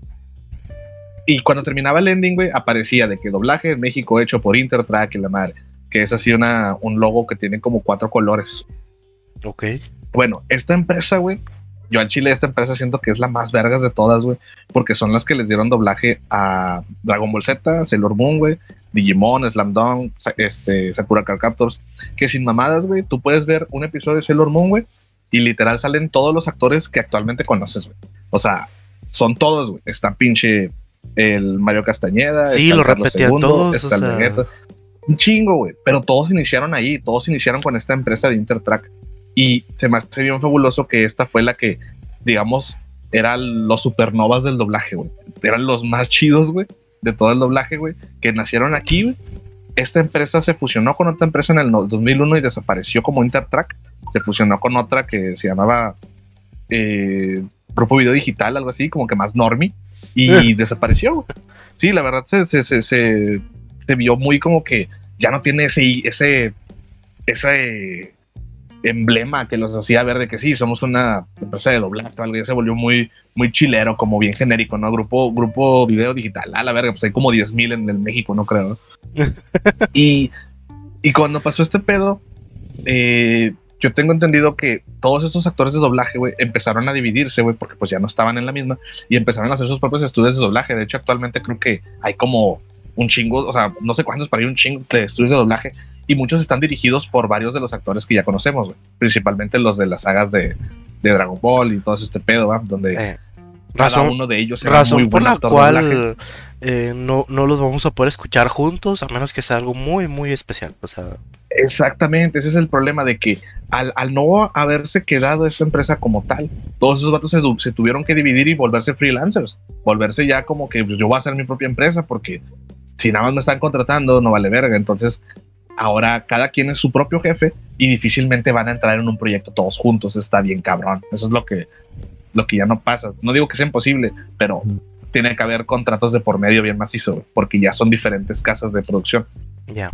Y cuando terminaba el ending, güey, aparecía de que doblaje en México hecho por Intertrack y la madre. Que es así una, un logo que tiene como cuatro colores. Ok. Bueno, esta empresa, güey, yo al chile esta empresa siento que es la más vergas de todas, güey, porque son las que les dieron doblaje a Dragon Ball Z, Sailor Moon, güey, Digimon, Slam Dunk, Sa- este, Sakura Card Captors, que sin mamadas, güey, tú puedes ver un episodio de Sailor Moon, güey, y literal salen todos los actores que actualmente conoces, güey. O sea, son todos, güey. Está pinche el Mario Castañeda, Sí, está el lo Carlos repetían segundo, todos, está o el sea. Vegeta. Un chingo, güey. Pero todos iniciaron ahí, todos iniciaron con esta empresa de Intertrack. Y se me hace bien fabuloso que esta fue la que, digamos, eran los supernovas del doblaje, güey. Eran los más chidos, güey, de todo el doblaje, güey, que nacieron aquí, güey. Esta empresa se fusionó con otra empresa en el no- dos mil uno y desapareció como Intertrack. Se fusionó con otra que se llamaba eh, Grupo Video Digital, algo así, como que más normie, y desapareció, güey. Sí, la verdad se, se, se, se, se vio muy como que ya no tiene ese, ese, ese emblema que los hacía ver de que sí, somos una empresa de doblaje o algo, ya se volvió muy, muy chilero, como bien genérico, ¿no? Grupo, grupo Video Digital, a la verga, pues hay como diez mil en el México, no creo, ¿no? y, y cuando pasó este pedo, eh, yo tengo entendido que todos estos actores de doblaje, güey, empezaron a dividirse, güey, porque pues ya no estaban en la misma, y empezaron a hacer sus propios estudios de doblaje. De hecho, actualmente creo que hay como un chingo, o sea, no sé cuántos, pero hay un chingo de estudios de doblaje, y muchos están dirigidos por varios de los actores que ya conocemos, güey, principalmente los de las sagas de, de Dragon Ball y todo este pedo, ¿va? Donde Eh, cada razón, uno de ellos era muy razón por buen la actor de doblaje. cual eh, no, no los vamos a poder escuchar juntos, a menos que sea algo muy, muy especial. O sea, Exactamente, ese es el problema de que al, al no haberse quedado esta empresa como tal, todos esos vatos se, du- se tuvieron que dividir y volverse freelancers, volverse ya como que pues, yo voy a hacer mi propia empresa porque si nada más me están contratando, no vale verga. Entonces, ahora cada quien es su propio jefe y difícilmente van a entrar en un proyecto todos juntos. Está bien cabrón. Eso es lo que, lo que ya no pasa. No digo que sea imposible, pero tiene que haber contratos de por medio bien macizo, porque ya son diferentes casas de producción. Ya. Yeah.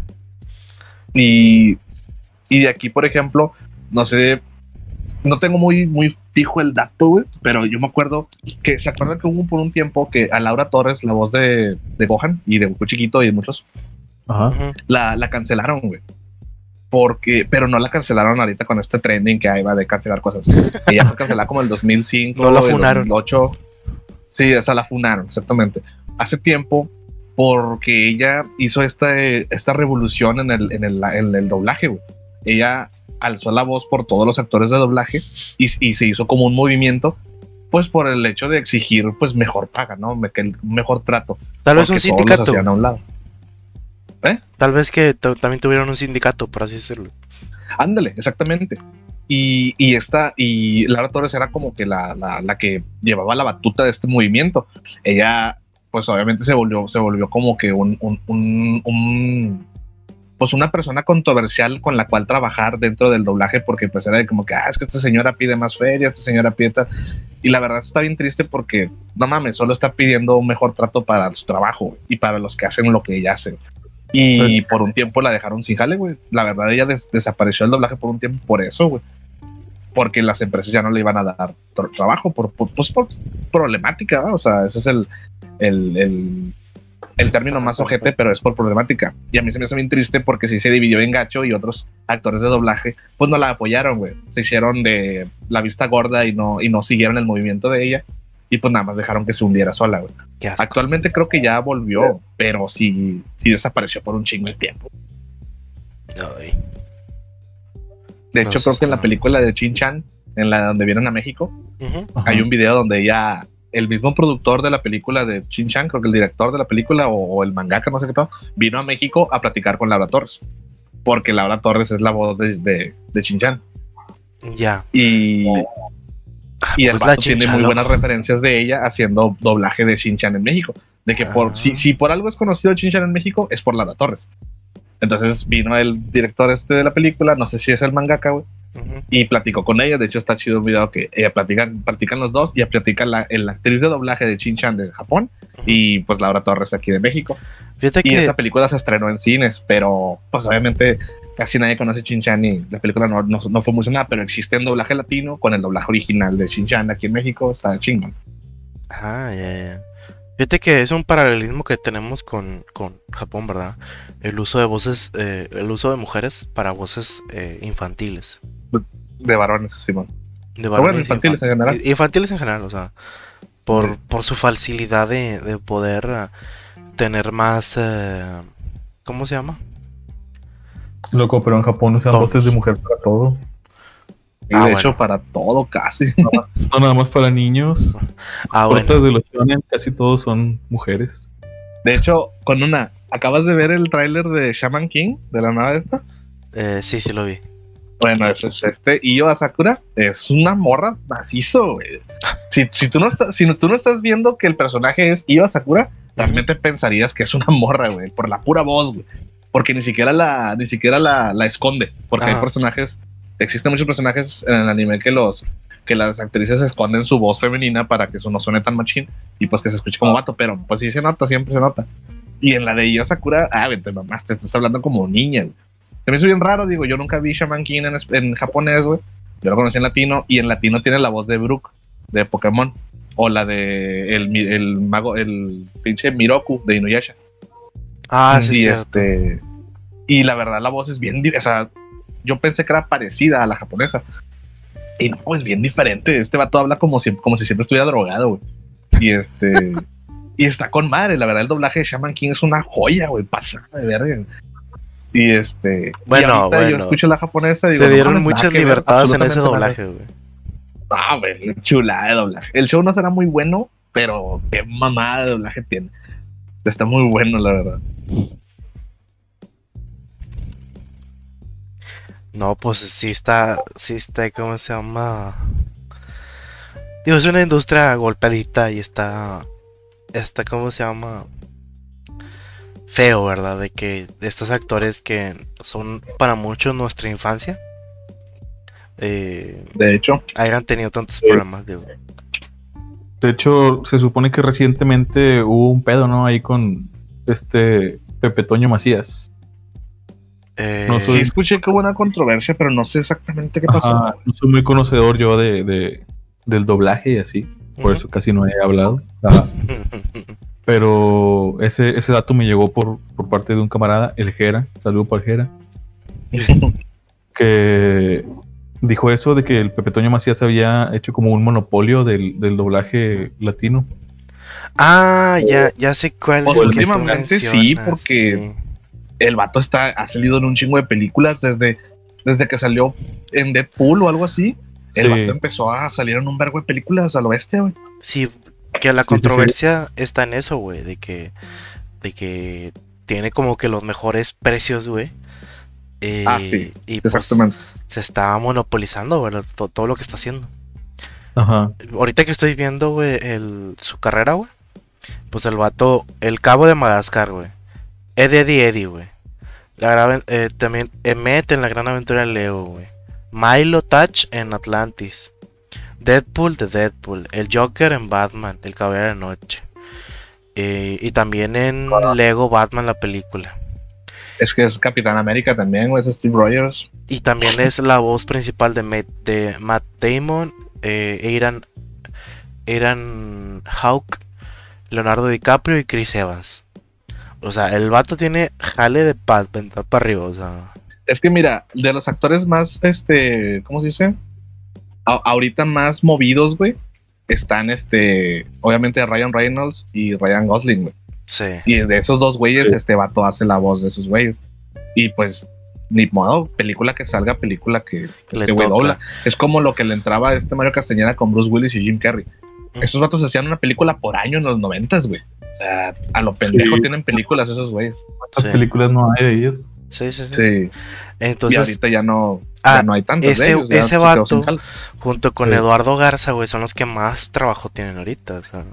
Y, y de aquí, por ejemplo, no sé, no tengo muy, muy fijo el dato, güey, pero yo me acuerdo que, ¿se acuerdan que hubo por un tiempo que a Laura Torres, la voz de, de Gohan y de Goku Chiquito y de muchos, Ajá. la, la cancelaron, güey? Porque, pero no la cancelaron ahorita con este trending que ahí va de cancelar cosas. Ella fue cancelada como en el dos mil cinco, no la funaron. dos mil ocho. Sí, esa la funaron, exactamente. Hace tiempo, porque ella hizo esta, esta revolución en el, en el, en el doblaje, güey. Ella alzó la voz por todos los actores de doblaje y, y se hizo como un movimiento, pues por el hecho de exigir pues mejor paga, ¿no? Me, que, mejor trato. Tal vez un sindicato. Todos los hacían a un lado. ¿Eh? Tal vez que t- también tuvieron un sindicato, por así decirlo. Ándale, exactamente. Y, y esta, y Laura Torres era como que la, la, la que llevaba la batuta de este movimiento. Ella, pues obviamente se volvió, se volvió como que un, un, un, un pues una persona controversial con la cual trabajar dentro del doblaje, porque pues era como que, ah, es que esta señora pide más feria, esta señora pide tal. Y la verdad está bien triste porque, no mames, solo está pidiendo un mejor trato para su trabajo y para los que hacen lo que ella hace. Y por un tiempo la dejaron sin jale, güey. La verdad, ella des- desapareció el doblaje por un tiempo por eso, güey. Porque las empresas ya no le iban a dar tra- trabajo por, por, pues por problemática, ¿no? O sea, ese es el, el, el, el término más ojete, pero es por problemática. Y a mí se me hace bien triste porque sí se dividió en gacho y otros actores de doblaje, pues no la apoyaron, güey. Se hicieron de la vista gorda y no, y no siguieron el movimiento de ella. Y pues nada más dejaron que se hundiera sola, güey. Actualmente creo que ya volvió, pero sí, sí desapareció por un chingo de tiempo. Ay. De No, hecho, sí creo está... que en la película de Shin-Chan, en la donde vienen a México, uh-huh. hay un video donde ella, el mismo productor de la película de Shin-Chan, creo que el director de la película o, o el mangaka, no sé qué todo, vino a México a platicar con Laura Torres. Porque Laura Torres es la voz de, de, de Shin-Chan. Ya. Y... Y el pues vato tiene muy loco. buenas referencias de ella haciendo doblaje de Shin-Chan en México. De que por ah. si, si por algo es conocido Shin-Chan en México, es por Laura Torres. Entonces vino el director este de la película, no sé si es el mangaka, güey, uh-huh. y platicó con ella. De hecho, está chido un video que ella platican, platican los dos y ella platica la, la actriz de doblaje de Shin-Chan de Japón uh-huh. y pues Laura Torres aquí de México. Fíjate y que... esta película se estrenó en cines, pero pues obviamente casi nadie conoce Shin-Chan y la película no, no, no fue muy sonada, pero existe en doblaje latino con el doblaje original de Shin-Chan aquí en México, está chingón. Ah, ya, ya. Fíjate que es un paralelismo que tenemos con, con Japón, ¿verdad? El uso de voces, eh, el uso de mujeres para voces eh, infantiles. De varones, Simón. De varones bueno, infantiles infan- en general. Infantiles en general, o sea, por, sí. por su facilidad de, de poder uh, tener más, uh, ¿cómo se llama? Loco, pero en Japón usan Todos. voces de mujer para todo. Y ah, de bueno. hecho, para todo casi. No, más, no nada más para niños. Ah, Cortas bueno. de los shonen, casi todos son mujeres. De hecho, con una, ¿acabas de ver el tráiler de Shaman King? ¿De la nueva esta? Eh, sí, sí lo vi. Bueno, es, es este Io Asakura es una morra macizo, güey. Si, si, tú no estás, si tú no estás viendo que el personaje es Io Asakura, realmente uh-huh. pensarías que es una morra, güey, por la pura voz, güey. Porque ni siquiera la, ni siquiera la, la esconde. Porque uh-huh. hay personajes, existen muchos personajes en el anime que los, que las actrices esconden su voz femenina para que eso no suene tan machín y pues que se escuche como vato, pero pues sí se nota, siempre se nota. Y en la de Io Sakura, ah, vete mamás, te estás hablando como niña, güey. Se me hizo bien raro, digo, yo nunca vi Shaman King en, en japonés, güey. Yo lo conocí en latino y en latino tiene la voz de Brook de Pokémon o la de el, el mago, el pinche Miroku de Inuyasha. Ah, sí, y sí. Este, y la verdad la voz es bien, o sea, yo pensé que era parecida a la japonesa. Y no, es bien diferente. Este vato habla como si, como si siempre estuviera drogado, güey. Y este... y está con madre. La verdad, el doblaje de Shaman King es una joya, güey. Pasada de verga. Y este... Bueno, y bueno. yo escucho la japonesa y digo... Se dieron no, muchas ver, libertades en ese doblaje, güey. Ah, güey, chulada de doblaje. El show no será muy bueno, pero qué mamada de doblaje tiene. Está muy bueno, la verdad. No, pues sí está, sí está, ¿cómo se llama? Digo, es una industria golpeadita y está, está, ¿cómo se llama? feo, ¿verdad? De que estos actores que son para muchos nuestra infancia, eh, De hecho, hayan tenido tantos Sí. problemas, digo. De hecho, se supone que recientemente hubo un pedo, ¿no? Ahí con este Pepe Toño Macías. Eh, No sí soy- escuché que hubo una controversia, pero no sé exactamente qué pasó. Ajá, no soy muy conocedor yo de, de- del doblaje y así. Por Ujú. eso casi no he hablado. Ajá. Pero ese, ese dato me llegó por, por parte de un camarada, el Jera. Saludo para el Jera. Que dijo eso de que el Pepe Toño Macías había hecho como un monopolio del, del doblaje latino. Ah, ya, ya sé cuál Pues es el que tú últimamente sí, mencionas, porque- sí. El vato está, ha salido en un chingo de películas desde, desde que salió en Deadpool o algo así. El Sí. vato empezó a salir en un vergo de películas a lo bestia, güey. Sí, que la Sí, sí, sí. controversia está en eso, güey, de que, de que tiene como que los mejores precios, güey. Eh, Ah, sí, y pues Exactamente. se está monopolizando, ¿verdad? To- todo lo que está haciendo. Ajá. Ahorita que estoy viendo, güey, el, su carrera, güey, pues el vato, el cabo de Madagascar, güey. Eddie Eddie Eddie, güey. La gran- eh, también Emmet en La Gran Aventura de Leo, güey. Milo Touch en Atlantis. Deadpool de Deadpool. El Joker en Batman, El Caballero de la Noche. Eh, y también en Lego Batman, la película. Es que es Capitán América también, güey, es Steve Rogers. Y también es la voz principal de, Matt, de Matt Damon, eh, Aaron, Aaron Hawke, Leonardo DiCaprio y Chris Evans. O sea, el vato tiene jale de paz, para arriba, o sea. Es que mira, de los actores más, este, ¿cómo se dice? A- ahorita más movidos, güey, están, este, obviamente Ryan Reynolds y Ryan Gosling, güey. Sí. Y de esos dos güeyes, Sí. este vato hace la voz de esos güeyes. Y pues, ni modo, película que salga, película que Le este güey toca. dobla. Es como lo que le entraba a este Mario Castañeda con Bruce Willis y Jim Carrey. Mm. Esos vatos hacían una película por año en los noventas, güey. O sea, a lo pendejo Sí. tienen películas esos güeyes. ¿Cuántas Sí. películas no hay de ellos? Sí, sí, sí. Sí. y Entonces, ahorita ya no, ah, ya no hay tantos ese- de ellos. ya ese se quedó vato- sin jale. junto con Sí. Eduardo Garza, güey, son los que más trabajo tienen ahorita. O sea.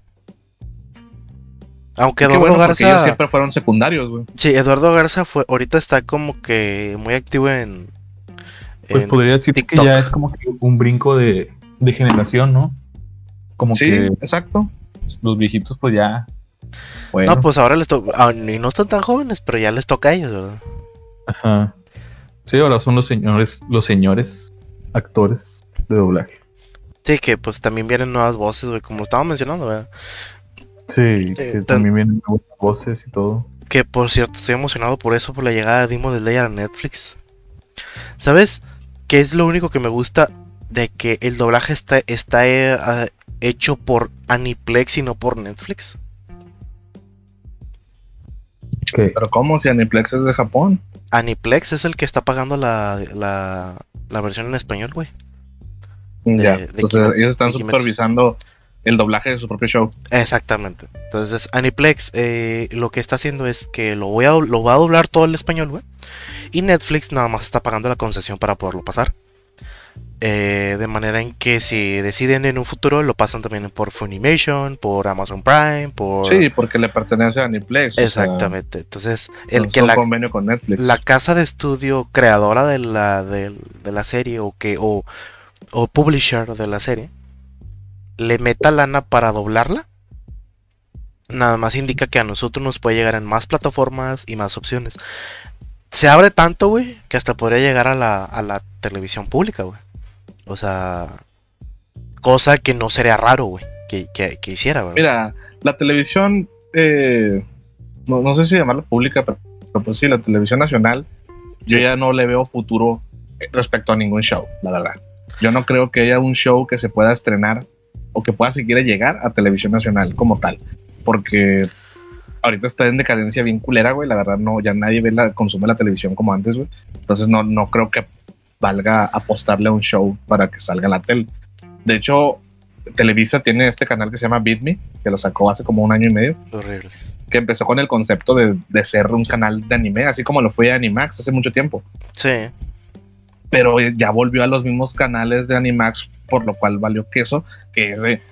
Aunque Y qué Eduardo bueno, porque ellos Garza. siempre fueron secundarios, güey. Sí, Eduardo Garza fue, ahorita está como que muy activo en. Pues en podría decir que TikTok. ya es como que un brinco de, de generación, ¿no? Como Sí, que exacto. los viejitos pues ya... Bueno, No, pues ahora les toca. ah, Y no están tan jóvenes, pero ya les toca a ellos, ¿verdad? Ajá. Sí, ahora son los señores, los señores actores de doblaje. Sí, que pues también vienen nuevas voces, güey, como estaba mencionando, ¿verdad? Sí, que tan- también vienen nuevas voces y todo. Que por cierto, estoy emocionado por eso, por la llegada de Demon Slayer a Netflix. ¿Sabes qué es lo único que me gusta de que el doblaje está, está eh, ah, hecho por Aniplex y no por Netflix? ¿Qué? pero ¿cómo? Si Aniplex es de Japón. Aniplex es el que está pagando la, la, la versión en español, güey. ya. de Entonces Kimetsu- ellos están de Kimetsu. supervisando el doblaje de su propio show. Exactamente. Entonces, Aniplex eh, lo que está haciendo es que lo, voy a, do- lo va a doblar todo el español, güey. Y Netflix nada más está pagando la concesión para poderlo pasar. Eh, de manera en que si deciden en un futuro, lo pasan también por Funimation, por Amazon Prime, por... Sí, porque le pertenece a Aniplex. o sea, Exactamente. Entonces, el es que un la, convenio con Netflix. la casa de estudio creadora de la, de, de la serie o que o, o publisher de la serie le meta lana para doblarla, nada más indica que a nosotros nos puede llegar en más plataformas y más opciones. Se abre tanto, güey, que hasta podría llegar a la, a la televisión pública, güey. O sea, cosa que no sería raro, güey, que, que, que hiciera, ¿verdad? Mira, la televisión, eh, no, no sé si llamarla pública, pero, pero pues sí, la televisión nacional, yo Sí. ya no le veo futuro respecto a ningún show, la verdad. Yo no creo que haya un show que se pueda estrenar o que pueda siquiera llegar a televisión nacional como tal, porque ahorita está en decadencia bien culera, güey, la verdad no, ya nadie ve la, consume la televisión como antes, güey, entonces no, no creo que valga apostarle a un show para que salga en la tele. De hecho, Televisa tiene este canal que se llama Beat Me, que lo sacó hace como un año y medio, Horrible. que empezó con el concepto de, de ser un canal de anime, así como lo fue Animax hace mucho tiempo, Sí, pero ya volvió a los mismos canales de Animax, por lo cual valió queso, que es de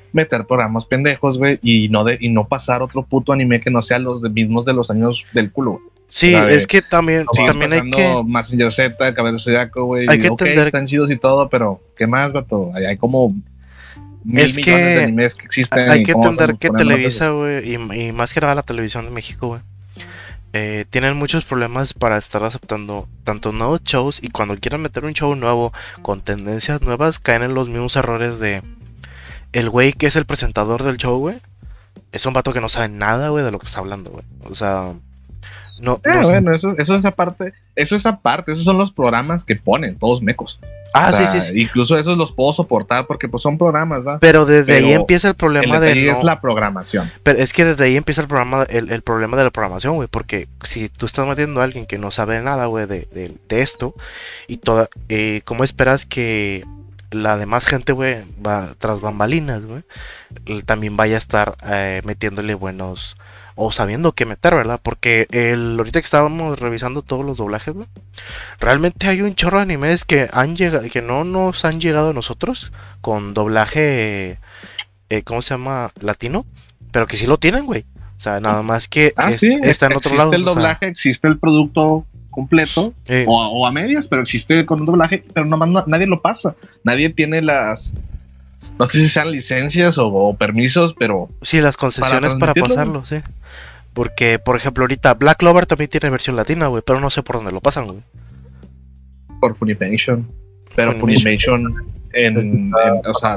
meter programas pendejos, güey, y no de, y no pasar otro puto anime que no sea los de, mismos de los años del culo, güey. Sí, de, es que también, no, también hay que... Mazinger Z, Cabello Zodiaco, güey. Hay que okay, entender... están chidos y todo, pero ¿qué más, vato? Hay, hay como mil es millones que de animes que existen. Hay que entender que Televisa, güey, y, y más que nada la televisión de México, güey, eh, tienen muchos problemas para estar aceptando tanto nuevos shows, y cuando quieran meter un show nuevo con tendencias nuevas caen en los mismos errores de el güey que es el presentador del show, güey, es un vato que no sabe nada, güey, de lo que está hablando, güey. O sea, no, eh, no bueno, eso, eso es aparte, eso es aparte, esos son los programas que ponen, todos mecos. Ah, o sea, sí, sí, sí. Incluso esos los puedo soportar porque pues son programas, ¿verdad? Pero desde pero ahí empieza el problema el de no... es la programación. Pero es que desde ahí empieza el programa, el, el problema de la programación, güey, porque si tú estás metiendo a alguien que no sabe nada, güey, de, de, de esto, y toda, eh, ¿cómo esperas que la demás gente, güey, va tras bambalinas, güey, también vaya a estar eh, metiéndole buenos, o sabiendo qué meter, ¿verdad? Porque el, ahorita que estábamos revisando todos los doblajes, güey, realmente hay un chorro de animes que han llegado, que no nos han llegado a nosotros con doblaje, eh, ¿cómo se llama? Latino, pero que sí lo tienen, güey. O sea, nada más que ah, es, sí, está en otro lado. Existe el doblaje, o sea, existe el producto completo, eh. o, o a medias, pero existe con un doblaje, pero nomás no, nadie lo pasa. Nadie tiene las... No sé si sean licencias o, o permisos, pero... Sí, las concesiones para, para pasarlo, sí. Porque, por ejemplo, ahorita Black Clover también tiene versión latina, güey, pero no sé por dónde lo pasan, güey. Por Funimation. Pero Funimation, Funimation en, en, o sea,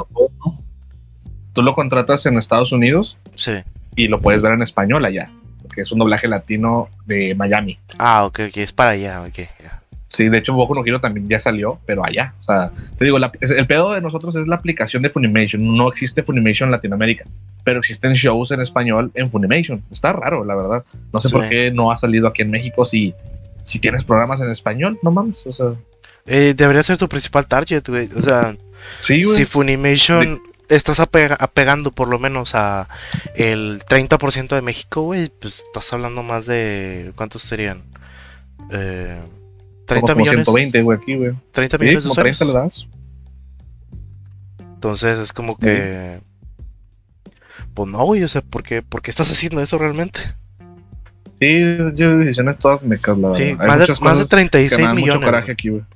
tú lo contratas en Estados Unidos, sí, y lo puedes ver en español allá, que es un doblaje latino de Miami. Ah, ok, ok, es para allá, ok, yeah. Sí, de hecho Boku no Hero también ya salió, pero allá, o sea, te digo, la, el pedo de nosotros es la aplicación de Funimation. No existe Funimation en Latinoamérica, pero existen shows en español en Funimation. Está raro, la verdad. No sé sí. por qué no ha salido aquí en México. Si, si tienes programas en español, no mames, o sea... Eh, debería ser tu principal target, güey, o sea... Sí, güey. Si Funimation... Sí. Estás apeg apegando por lo menos a el treinta por ciento de México, güey, pues estás hablando más de... ¿Cuántos serían? Eh, treinta como millones. ciento veinte, güey, aquí, güey. treinta millones sí, de usuarios. treinta le das. Entonces es como que... Sí. Pues no, güey, o sea, ¿por qué, ¿por qué estás haciendo eso realmente? Sí, yo decisiones todas me caen, sí, más de, más de treinta y seis millones. Mucho coraje aquí, güey.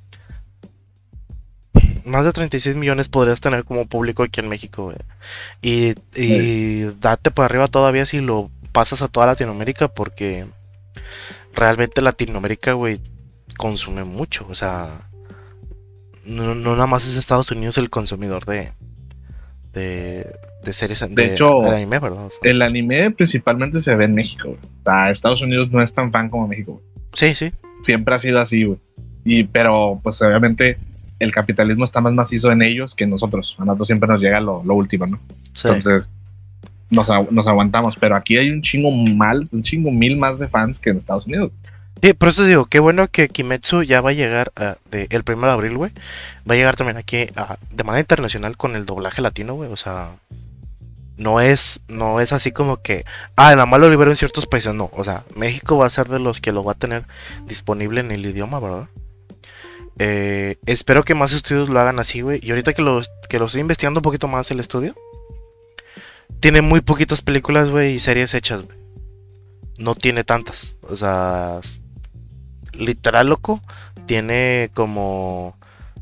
Más de treinta y seis millones podrías tener como público aquí en México, güey. Y, y sí. date por arriba todavía si lo pasas a toda Latinoamérica, porque realmente Latinoamérica, güey, consume mucho. O sea, no, no nada más es Estados Unidos el consumidor de de, de series de, de hecho, de anime, ¿verdad? O sea, el anime principalmente se ve en México, güey. O sea, Estados Unidos no es tan fan como México, güey. Sí, sí. Siempre ha sido así, güey. Y, pero, pues, obviamente... el capitalismo está más macizo en ellos que en nosotros. A nosotros siempre nos llega lo, lo último, ¿no? Sí. Entonces, nos, nos aguantamos. Pero aquí hay un chingo mal, un chingo mil más de fans que en Estados Unidos. Sí, por eso digo, qué bueno que Kimetsu ya va a llegar uh, de, el primero de abril, güey. Va a llegar también aquí uh, de manera internacional con el doblaje latino, güey. O sea, no es, no es así como que, ah, nada más lo libero en ciertos países. No, o sea, México va a ser de los que lo va a tener disponible en el idioma, ¿verdad? Eh, espero que más estudios lo hagan así, güey. Y ahorita que lo, que lo estoy investigando un poquito más el estudio, tiene muy poquitas películas, güey, y series hechas, güey. No tiene tantas. O sea, literal, loco, tiene como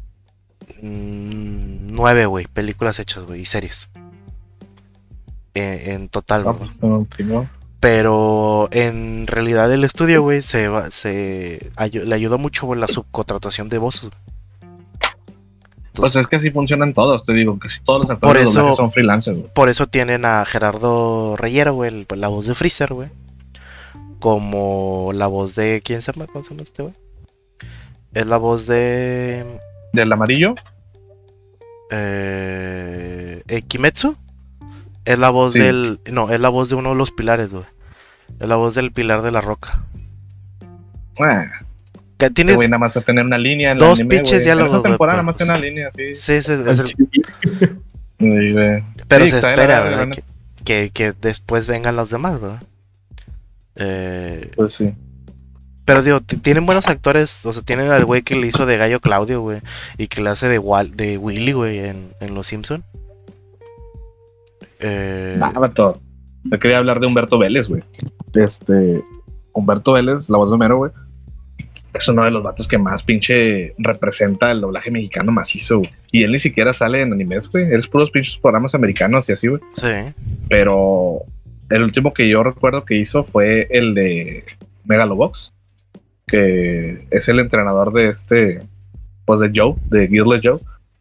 mmm, nueve, güey, películas hechas, güey, y series. En, en total, no, pues, no, no. Pero en realidad el estudio, güey, se, va, se ay le ayudó mucho, güey, la subcontratación de voces. Entonces, pues es que así funcionan todos, te digo, casi todos los actores de doblaje son freelancers, güey. Por eso tienen a Gerardo Reyero, güey, la voz de Freezer, güey. Como la voz de... ¿Quién se llama? ¿Cómo se llama este, güey? Es la voz de... ¿Del amarillo? Eh... ¿Eh, Kimetsu? Es la voz sí. del... No, es la voz de uno de los pilares, güey. Es la voz del pilar de la roca. Ah, que tiene nada más a tener una línea en dos el anime, pinches diálogos. En esa temporada wey, nada más tiene una línea, sí. Sí, sí, es el... sí, pero sí, se espera, ¿verdad? Que, que, que después vengan los demás, ¿verdad? Eh... Pues sí. Pero digo, tienen buenos actores. O sea, tienen al güey que le hizo de Gallo Claudio, güey. Y que le hace de, Wal de Willy, güey, en, en Los Simpson. Eh... Nah, vato. Yo quería hablar de Humberto Vélez, güey. Este, Humberto Vélez, la voz de Homero, güey, es uno de los vatos que más pinche representa el doblaje mexicano macizo, güey. Y él ni siquiera sale en animes, güey. Él es puros pinches programas americanos y así, güey. Sí. Pero el último que yo recuerdo que hizo fue el de Megalobox, que es el entrenador de este, pues de Joe, de Gearless Joe.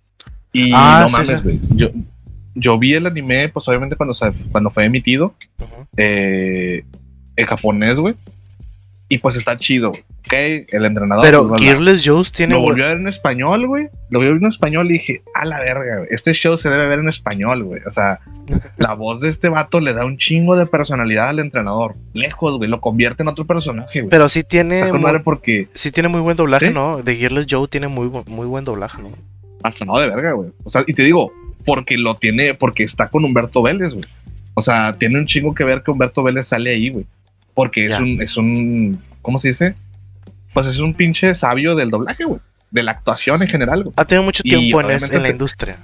Y ah, no sí, mames, sí. güey. Yo, yo vi el anime, pues obviamente cuando, cuando fue emitido, Uh-huh. eh, en japonés, güey. Y pues está chido, ok, el entrenador. Pero pues, Gearless Joe tiene... Lo volvió a ver en español, güey. Lo volvió a ver en español y dije, a la verga, güey. Este show se debe ver en español, güey. O sea, la voz de este vato le da un chingo de personalidad al entrenador. Lejos, güey. Lo convierte en otro personaje, güey. Pero sí tiene... Está con muy, madre porque... sí tiene muy buen doblaje, ¿Sí? ¿no? De Gearless Joe tiene muy, bu- muy buen doblaje, ¿no? Hasta no de verga, güey. O sea, y te digo, porque lo tiene, porque está con Humberto Vélez, güey. O sea, tiene un chingo que ver que Humberto Vélez sale ahí, güey. Porque Ya. es un, es un, ¿cómo se dice? Pues es un pinche sabio del doblaje, güey. De la actuación en general, güey. Ha tenido mucho Y tiempo en, es- obviamente en la te- industria.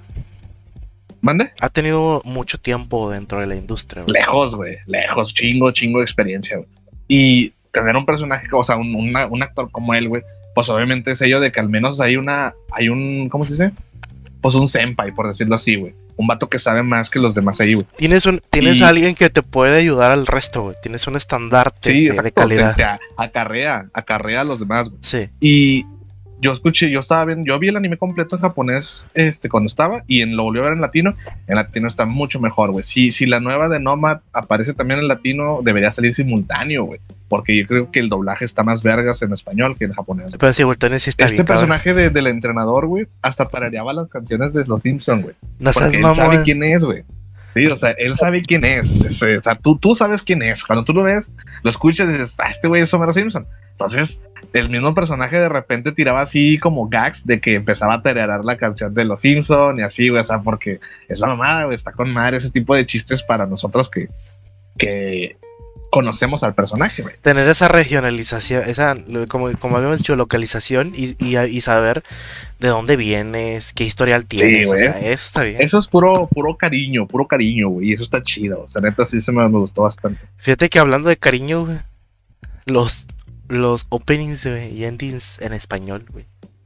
¿Mande? Ha tenido mucho tiempo dentro de la industria, güey. Lejos, güey. Lejos. Chingo, chingo de experiencia, güey. Y tener un personaje, o sea, un, una- un actor como él, güey, pues obviamente es ello de que al menos hay una, hay un, ¿cómo se dice? Pues un senpai, por decirlo así, güey. Un vato que sabe más que los demás ahí, güey. Tienes, un, tienes Y- a alguien que te puede ayudar al resto, güey. Tienes un estandarte Sí, de, exacto. de calidad. Te, te a- acarrea, acarrea a los demás, güey. Sí. Y yo escuché, yo estaba viendo, yo vi el anime completo en japonés este, cuando estaba y en, lo volví a ver en latino. En latino está mucho mejor, güey. Si, si la nueva de Nomad aparece también en latino, debería salir simultáneo, güey. Porque yo creo que el doblaje está más vergas en español que en japonés. Pero sí, Wilton sí está Este bien, cabrón. personaje de- del entrenador, güey, hasta tarareaba las canciones de Los Simpsons, güey. No seas Porque él sabe mamón. quién es, güey. Sí, o sea, él sabe quién es. Es, O sea, tú, tú sabes quién es. Cuando tú lo ves, lo escuchas y dices, ah, este güey es Homero Simpson. Entonces, el mismo personaje de repente tiraba así como gags de que empezaba a tararear la canción de Los Simpson y así, güey, o sea, porque es la mamada, güey, está con madre ese tipo de chistes para nosotros que, que conocemos al personaje, güey. Tener esa regionalización, esa, como, como habíamos dicho, localización y, y, y saber de dónde vienes, qué historial tienes, güey. o sea, eso está bien. Eso es puro, puro cariño, puro cariño, güey, y eso está chido. O sea, neta, sí se me, me gustó bastante. Fíjate que hablando de cariño, güey, los, los openings, güey, y endings en español, güey.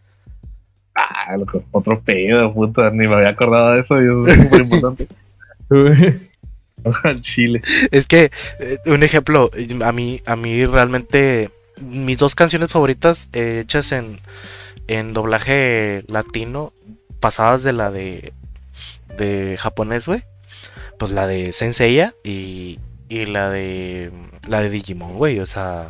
Ah, loco, otro pedo, puta, ni me había acordado de eso, y es súper importante. Al chile. Es que, eh, un ejemplo, a mí, a mí realmente, mis dos canciones favoritas eh, hechas en, en doblaje latino, pasadas de la de, de japonés, güey, pues la de Senseiya y, y la de, la de Digimon, güey, o sea,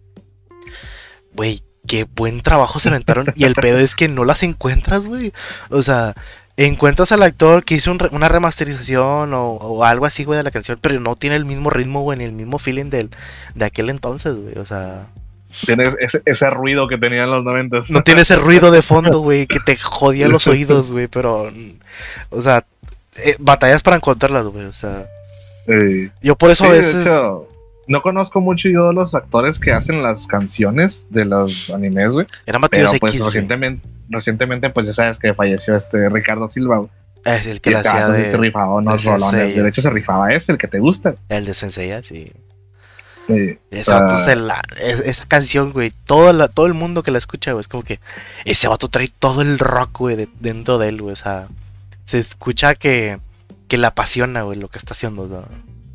güey, qué buen trabajo se aventaron, y el pedo es que no las encuentras, güey, o sea... Encuentras al actor que hizo un re- una remasterización o, o algo así, güey, de la canción, pero no tiene el mismo ritmo, güey, ni el mismo feeling del, de aquel entonces, güey, o sea... Tiene ese, ese ruido que tenía en los noventas. No tiene ese ruido de fondo, güey, que te jodía los oídos, güey, pero... O sea, eh, batallas para encontrarlas, güey, o sea... Eh, Yo por eso sí, a de veces... hecho, no conozco mucho yo los actores que hacen las canciones de los animes, güey. Era Pero Matías pues X, güey. recientemente, recientemente, pues ya sabes que falleció este Ricardo Silva, güey. Es el que Y la este hacía vato sí se de... rifaba unos de rolones. Sensei, De hecho, se sí. rifaba ese, el que te gusta. El de Senseiya, sí. Sí, Ese o sea, vato se la... es- esa canción, güey, todo, la, todo el mundo que la escucha, güey, es como que... Ese vato trae todo el rock, güey, de- dentro de él, güey, o sea... Se escucha que... Que le apasiona, güey, lo que está haciendo, ¿no?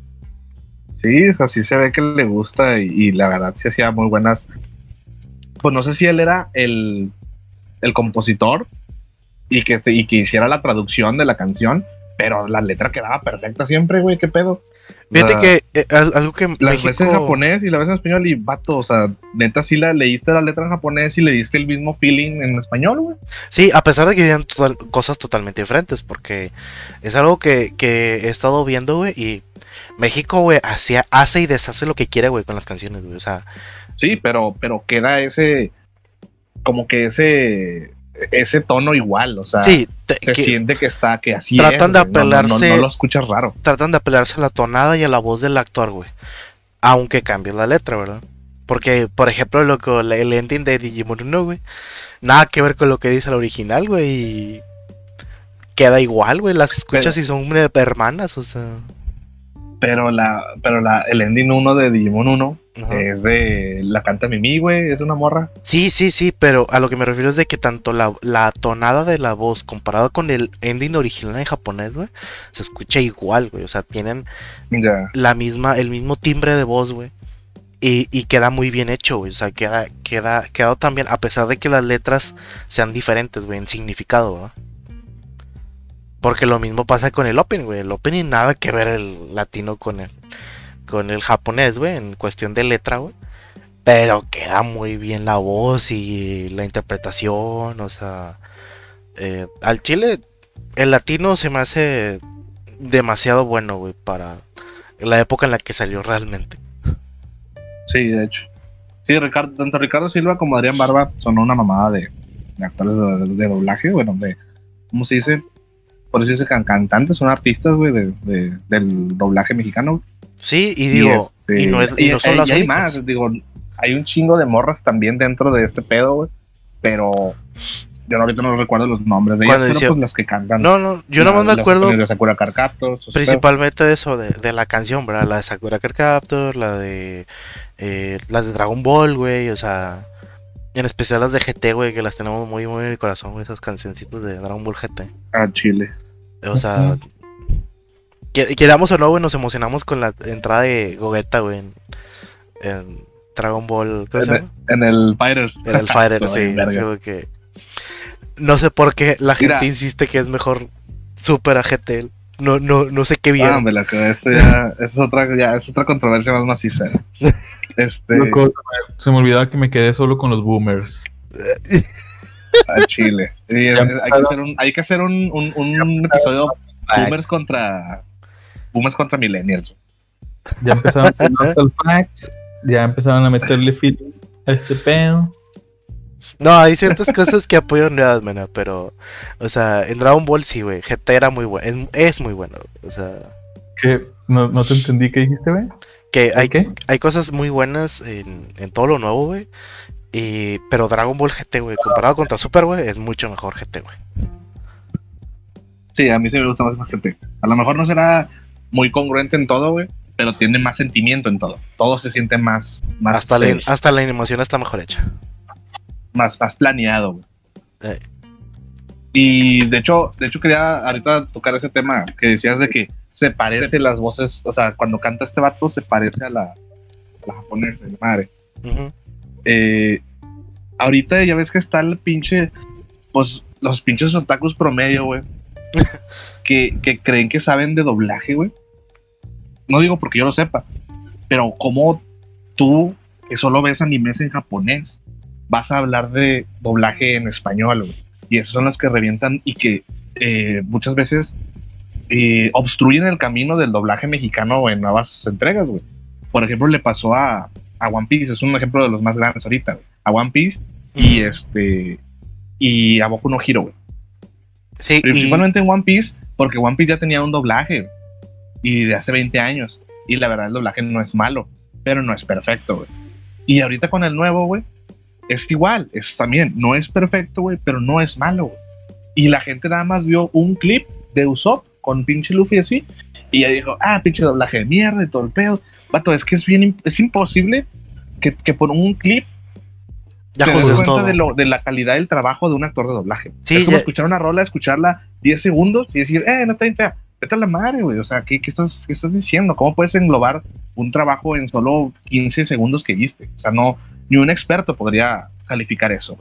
Sí, o sea, sí se ve que le gusta y, y la verdad sí hacía muy buenas. Pues no sé si él era el, el compositor y que, y que hiciera la traducción de la canción, pero la letra quedaba perfecta siempre, güey, qué pedo. O Fíjate sea, que eh, al- algo que la México... ves en japonés y la ves en español y vato, o sea, neta sí la leíste la letra en japonés y le diste el mismo feeling en español, güey. Sí, a pesar de que digan total- cosas totalmente diferentes, porque es algo que, que he estado viendo, güey, y México, güey, hacía- hace y deshace lo que quiere, güey, con las canciones, güey, o sea, Sí, pero, pero queda ese, como que ese, ese tono igual, o sea, sí, te- se que siente que está, que así tratan es, de güey. No, no, no, apelarse- no lo escuchas raro. tratan de apelarse a la tonada y a la voz del actor, güey, aunque cambies la letra, ¿verdad? Porque, por ejemplo, lo que, el ending de Digimon uno, güey, nada que ver con lo que dice el original, güey, y queda igual, güey. Las escuchas Pero- y son de hermanas, o sea. Pero la, pero la, el ending uno de Digimon uno Ajá. es de la canta Mimi, güey, es una morra. Sí, sí, sí, pero a lo que me refiero es de que tanto la, la tonada de la voz comparado con el ending original en japonés, güey, se escucha igual, güey. O sea, tienen Ya. la misma, el mismo timbre de voz, güey. Y, y queda muy bien hecho, güey. O sea, queda, queda, quedado tan bien, a pesar de que las letras sean diferentes, güey, en significado, ¿verdad? Porque lo mismo pasa con el opening, güey. El opening nada que ver el latino con el, con el japonés, güey, en cuestión de letra, güey. Pero queda muy bien la voz y la interpretación, o sea... eh, al chile, el latino se me hace demasiado bueno, güey, para la época en la que salió realmente. Sí, de hecho. Sí, Ricardo, tanto Ricardo Silva como Adrián Barba son una mamada de, de actores de, de- de doblaje, bueno, de, ¿cómo se dice? Por eso dice can- cantantes, son artistas, güey, de, de- del doblaje mexicano. Sí, y digo, y, este, no, es, y no son y- las y hay únicas. más, digo, hay un chingo de morras también dentro de este pedo, güey, pero yo no- ahorita no recuerdo los nombres de ellas, Cuando pero decía- pues las que cantan. No, no, yo la- nomás me los acuerdo openings de Sakura Card Captors, esos pedos. principalmente de eso, de, de la canción, ¿verdad? La de Sakura Card Captor, la de... eh, las de Dragon Ball, güey, o sea... En especial las de G T, güey, que las tenemos muy, muy en el corazón, güey, esas cancioncitas de Dragon Ball G T. Ah, Chile. O sea... que- Queramos o no, güey, nos emocionamos con la entrada de Gogeta, güey, en, en Dragon Ball... ¿Cómo se En, llama? en el Fighters. En el Fighter, Estoy sí. bien verga. así como que... No sé por qué la gente Mira. insiste que es mejor Super a G T. No, no, no sé qué Ah, vieron. me la quedé, esto ya es otra, ya es otra controversia más maciza. Este, Loco, se me olvidaba que me quedé solo con los boomers. a Chile. Y es- Ya hay que hacer un, hay que hacer un, un, un episodio boomers contra boomers contra millennials. Ya empezaron a meter facts, ya empezaron a meterle feeling a este pedo. No, hay ciertas cosas que apoyo nuevas, mena, pero... O sea, en Dragon Ball sí, güey. G T era muy bueno. Es, es muy bueno, güey, o sea... ¿Qué? No, no te entendí qué dijiste, güey. Que hay, ¿Qué? hay cosas muy buenas en, en todo lo nuevo, güey. Y, pero Dragon Ball G T, güey, comparado contra Super, güey, es mucho mejor G T, güey. Sí, a mí sí me gusta más más gente. A lo mejor no será muy congruente en todo, güey, pero tiene más sentimiento en todo. Todo se siente más, más, Hasta la, eh, hasta la animación está mejor hecha. más, más planeado, güey. Eh. Y de hecho, de hecho quería ahorita tocar ese tema que decías de que se parece las voces, o sea, cuando canta este vato se parece a la, a la japonesa, la madre. Ujú. Eh, ahorita ya ves que está el pinche, pues los pinches otakus promedio, güey, que, que creen que saben de doblaje, güey. No digo porque yo lo sepa, pero como tú, que solo ves animes en japonés, vas a hablar de doblaje en español, güey. Y esos son los que revientan y que eh, muchas veces eh, obstruyen el camino del doblaje mexicano en nuevas entregas, güey. Por ejemplo, le pasó a, a One Piece, es un ejemplo de los más grandes ahorita, güey. A One Piece y Ujú. este y a Boku no Hero, güey. Sí, y... Principalmente en One Piece, porque One Piece ya tenía un doblaje y de hace veinte años. Y la verdad, el doblaje no es malo, pero no es perfecto, güey. Y ahorita con el nuevo, güey, es igual, es también, no es perfecto, güey, pero no es malo, güey. Y la gente nada más vio un clip de Usopp con pinche Luffy así, y ya dijo, ah, pinche doblaje de mierda y todo el pedo. Vato, es que es bien, es imposible que, que por un clip ya te des juzgues cuenta todo. de, lo, de la calidad del trabajo de un actor de doblaje. Sí, es como ya- escuchar una rola, escucharla diez segundos y decir, eh, no está bien fea. Vete a la madre, güey. O sea, ¿qué, qué, estás, ¿qué estás diciendo? ¿Cómo puedes englobar un trabajo en solo quince segundos que viste? O sea, no, ni un experto podría calificar eso.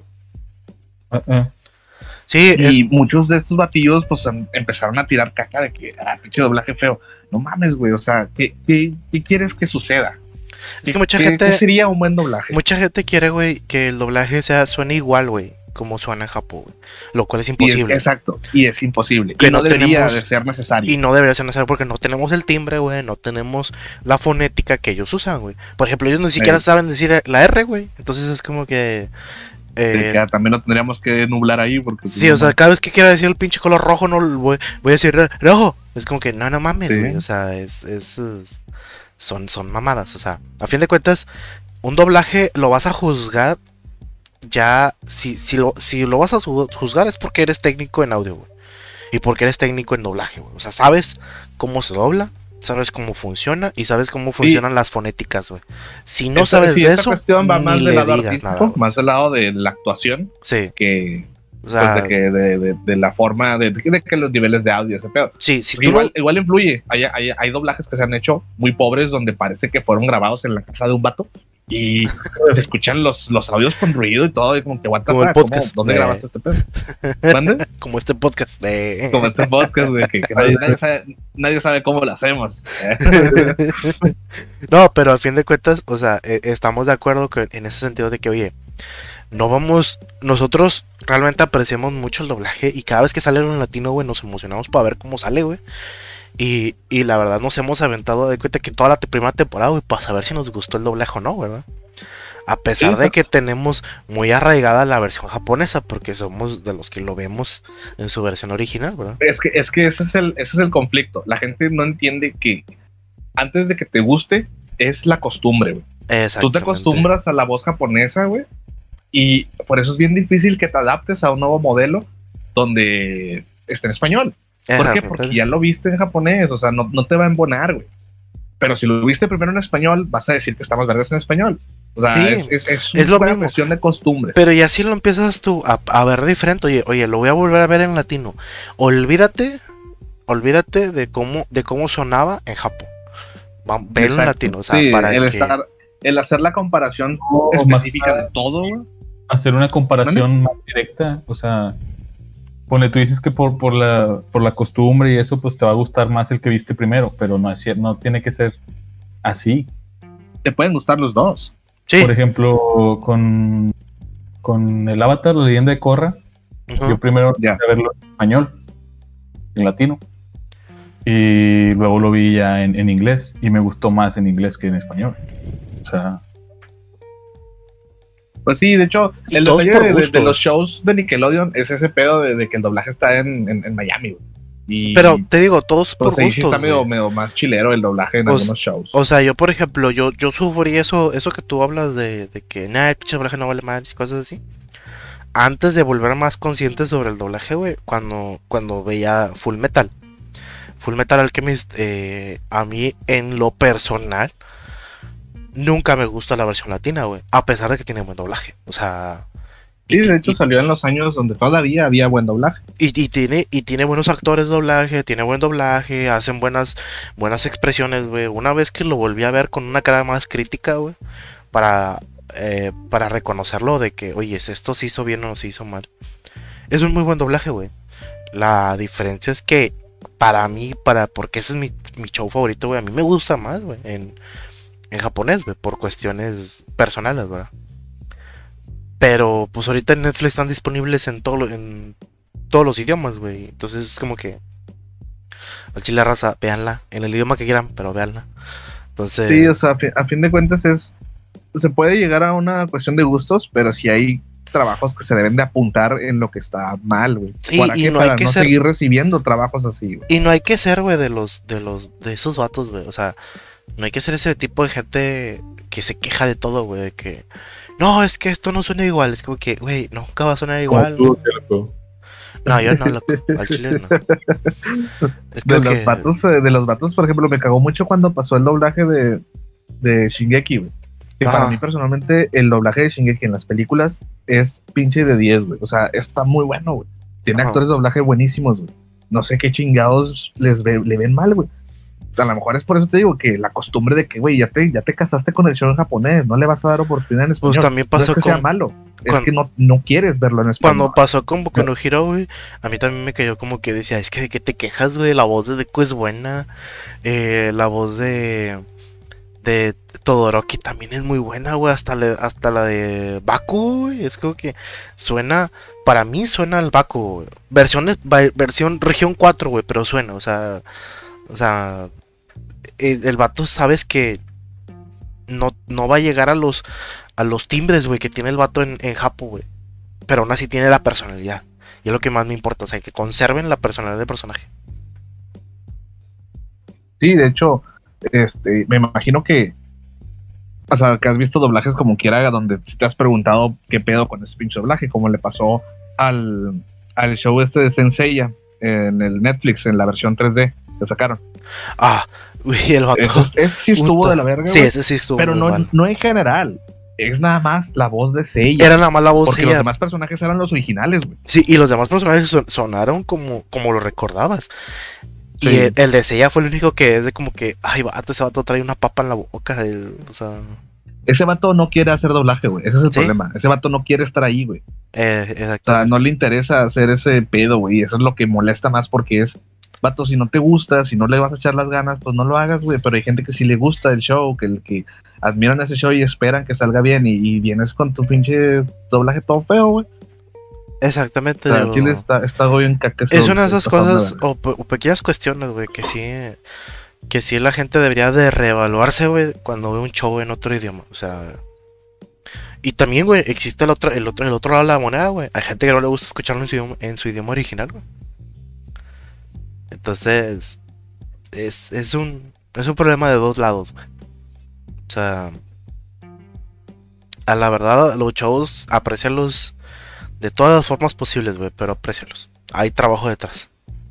Ah, ah. Sí, Y es... muchos de estos batillos, pues, em- empezaron a tirar caca de que, ah, pinche doblaje feo. No mames, güey. O sea, ¿qué, qué, qué quieres que suceda? Es que mucha ¿Qué- gente- ¿Qué sería un buen doblaje? Mucha gente quiere, güey, que el doblaje sea suene igual, güey, como suena en Japón, güey. Lo cual es Y es- imposible. exacto. Y es imposible. Que y no, no debería tenemos- de ser necesario. Y no debería ser necesario porque no tenemos el timbre, güey, no tenemos la fonética que ellos usan, güey. Por ejemplo, ellos ni siquiera Sí. saben decir la R, güey. Entonces es como que... eh, Sí, que también lo tendríamos que nublar ahí porque sí, o sea, cada vez que quiera decir el pinche color rojo, no voy, voy a decir rojo. Es como que no, no mames, Sí. güey. O sea, es, es, es- son, son mamadas. O sea, a fin de cuentas, un doblaje lo vas a juzgar ya. Si, si, lo, si lo vas a ju- juzgar es porque eres técnico en audio, güey. y porque eres técnico en doblaje, güey. O sea, sabes cómo se dobla, sabes cómo funciona y sabes cómo funcionan sí. las fonéticas, güey. Si no esta, sabes sí, de eso, cuestión va más del lado artístico, nada, más del lado de la actuación, sí. que, o sea, pues de, que de, de, de la forma de, de que los niveles de audio, ese pedo. Sí, sí. Igual, no... igual influye. Hay, hay, hay doblajes que se han hecho muy pobres donde parece que fueron grabados en la casa de un vato. Y se escuchan los, los audios con ruido y todo, y como que aguanta. Como el podcast. ¿Dónde de... grabaste este pedo? ¿Dónde? Como este podcast de. Como este podcast, güey, que, que nadie, nadie, sabe, nadie sabe cómo lo hacemos. No, pero al fin de cuentas, o sea, eh, estamos de acuerdo que en ese sentido de que, oye, no vamos. Nosotros realmente apreciamos mucho el doblaje y cada vez que sale un latino, güey, nos emocionamos para ver cómo sale, güey. Y, y la verdad nos hemos aventado de cuenta que toda la primera temporada, güey, para saber si nos gustó el doblaje o no, ¿verdad? A pesar sí, de que tenemos muy arraigada la versión japonesa, porque somos de los que lo vemos en su versión original, ¿verdad? Es que, es que ese es el, ese es el conflicto. La gente no entiende que antes de que te guste, es la costumbre, güey. Tú te acostumbras a la voz japonesa, güey, y por eso es bien difícil que te adaptes a un nuevo modelo donde esté en español. ¿Por qué? Porque ya lo viste en japonés, o sea, no, no te va a embonar, güey. Pero si lo viste primero en español, vas a decir que estamos verdes en español. O sea, sí, es, es, es, es una lo cuestión de costumbre. Pero ya si lo empiezas tú a, a ver diferente, oye, oye, lo voy a volver a ver en latino. Olvídate, olvídate de cómo, de cómo sonaba en Japón. Verlo en latino, o sea, sí, para el que... estar, el hacer la comparación oh, específica de todo, güey. Hacer una comparación más directa, o sea... Pone, tú dices que por, por, la, por la costumbre y eso, pues te va a gustar más el que viste primero, pero no es cierto, no tiene que ser así. Te pueden gustar los dos. Sí. Por ejemplo, con, con el Avatar, la leyenda de Korra, uh-huh. yo primero yeah. empecé a verlo en español, en latino, y luego lo vi ya en, en inglés, y me gustó más en inglés que en español. O sea... Pues sí, de hecho, el detalle de, de, de los shows de Nickelodeon es ese pedo de, de que el doblaje está en, en, en Miami, güey. Y, pero te digo, todos pues por sí, gustos, sí está medio, medio más chilero el doblaje en pues, algunos shows. O sea, yo por ejemplo, yo, yo sufrí eso, eso que tú hablas de, de que nah, el pinche doblaje no vale más y cosas así. Antes de volver más consciente sobre el doblaje, güey, cuando, cuando veía Full Metal. Full Metal Alchemist, eh, a mí en lo personal nunca me gusta la versión latina, güey, a pesar de que tiene buen doblaje, o sea... Sí, y, de hecho y, salió en los años donde todavía había buen doblaje. Y, y, tiene, y tiene buenos actores de doblaje, tiene buen doblaje, hacen buenas, buenas expresiones, güey. Una vez que lo volví a ver con una cara más crítica, güey, para, eh, para reconocerlo de que, oye, esto se hizo bien o se hizo mal. Es un muy buen doblaje, güey. La diferencia es que para mí, para porque ese es mi, mi show favorito, güey, a mí me gusta más, güey, en... en japonés, güey, por cuestiones personales, ¿verdad? Pero, pues ahorita en Netflix están disponibles en, todo, en todos los idiomas, güey. Entonces es como que... al chile raza, véanla. En el idioma que quieran, pero véanla. Entonces... Sí, o sea, a fin, a fin de cuentas es... se puede llegar a una cuestión de gustos, pero si hay trabajos que se deben de apuntar en lo que está mal, güey. Sí, ¿Para y qué? no Para hay que no ser... seguir recibiendo trabajos así, güey. Y no hay que ser, güey, de los, de los, de esos vatos, güey. O sea... no hay que ser ese tipo de gente que se queja de todo, güey, de que no, es que esto no suena igual, es como que, güey, nunca va a sonar igual. Tú, ¿no? No, yo no, loco, al chile no. Es de, los que... vatos, de los vatos, por ejemplo, me cagó mucho cuando pasó el doblaje de, de Shingeki, güey. Que para mí personalmente el doblaje de Shingeki en las películas es pinche de diez, güey. O sea, está muy bueno, güey. Tiene Ajá. actores de doblaje buenísimos, güey. No sé qué chingados les ve, le ven mal, güey. A lo mejor es por eso te digo que la costumbre de que, güey, ya te, ya te casaste con el show en japonés, no le vas a dar oportunidad en español. Pues también pasó no es que con... sea malo, cuando... es que no, no quieres verlo en español. Cuando pasó con Boku no Hero, güey, a mí también me cayó como que decía, es que de qué te quejas, güey, la voz de Deku es buena, eh, la voz de... de Todoroki también es muy buena, güey, hasta, le, hasta la de Baku, güey, es como que suena, para mí suena al Baku, güey. Versión, versión región cuatro, güey, pero suena, o sea, o sea... El, el vato sabes que no, no va a llegar a los a los timbres, güey, que tiene el vato en, en Japo, güey. Pero aún así tiene la personalidad. Y es lo que más me importa, o sea, que conserven la personalidad del personaje. Sí, de hecho, este, me imagino que, o sea, que has visto doblajes como quiera, donde te has preguntado qué pedo con ese pinche doblaje, como le pasó al, al show este de Senseiya, en el Netflix, en la versión tres D que sacaron. Ah, uy, el vato. Ese, ese sí estuvo Puta. de la verga. Sí, güey. ese sí estuvo Pero muy no, mal. no en general. Es nada más la voz de Seiya. Era nada más la voz Porque de los ella. demás personajes eran los originales, güey. Sí, y los demás personajes son- sonaron como, como lo recordabas. Y Sí. el, el de Seiya fue el único que es de como que, ay, vato, ese vato trae una papa en la boca. el- o sea, Ese vato no quiere hacer doblaje, güey. Ese es el ¿Sí? problema. Ese vato no quiere estar ahí, güey. eh, O sea, exactamente. no le interesa hacer ese pedo, güey. Eso es lo que molesta más porque es, vato, si no te gusta, si no le vas a echar las ganas, pues no lo hagas, güey. Pero hay gente que sí le gusta el show, que, que admiran ese show y esperan que salga bien y, y vienes con tu pinche doblaje todo feo, güey. Exactamente. O sea, digo, Chile está, está güey en caca. es una de esas está pasando cosas de verga. o, pe- o pequeñas cuestiones, güey, que sí, que sí la gente debería de reevaluarse, güey, cuando ve un show en otro idioma. O sea, y también, güey, existe el otro, el otro, el otro lado de la moneda, güey. Hay gente que no le gusta escucharlo en su idioma, en su idioma original, güey. Entonces, es, es un, es un problema de dos lados, güey. O sea, a la verdad, los shows, apreciarlos de todas las formas posibles, güey, pero apreciarlos. Hay trabajo detrás.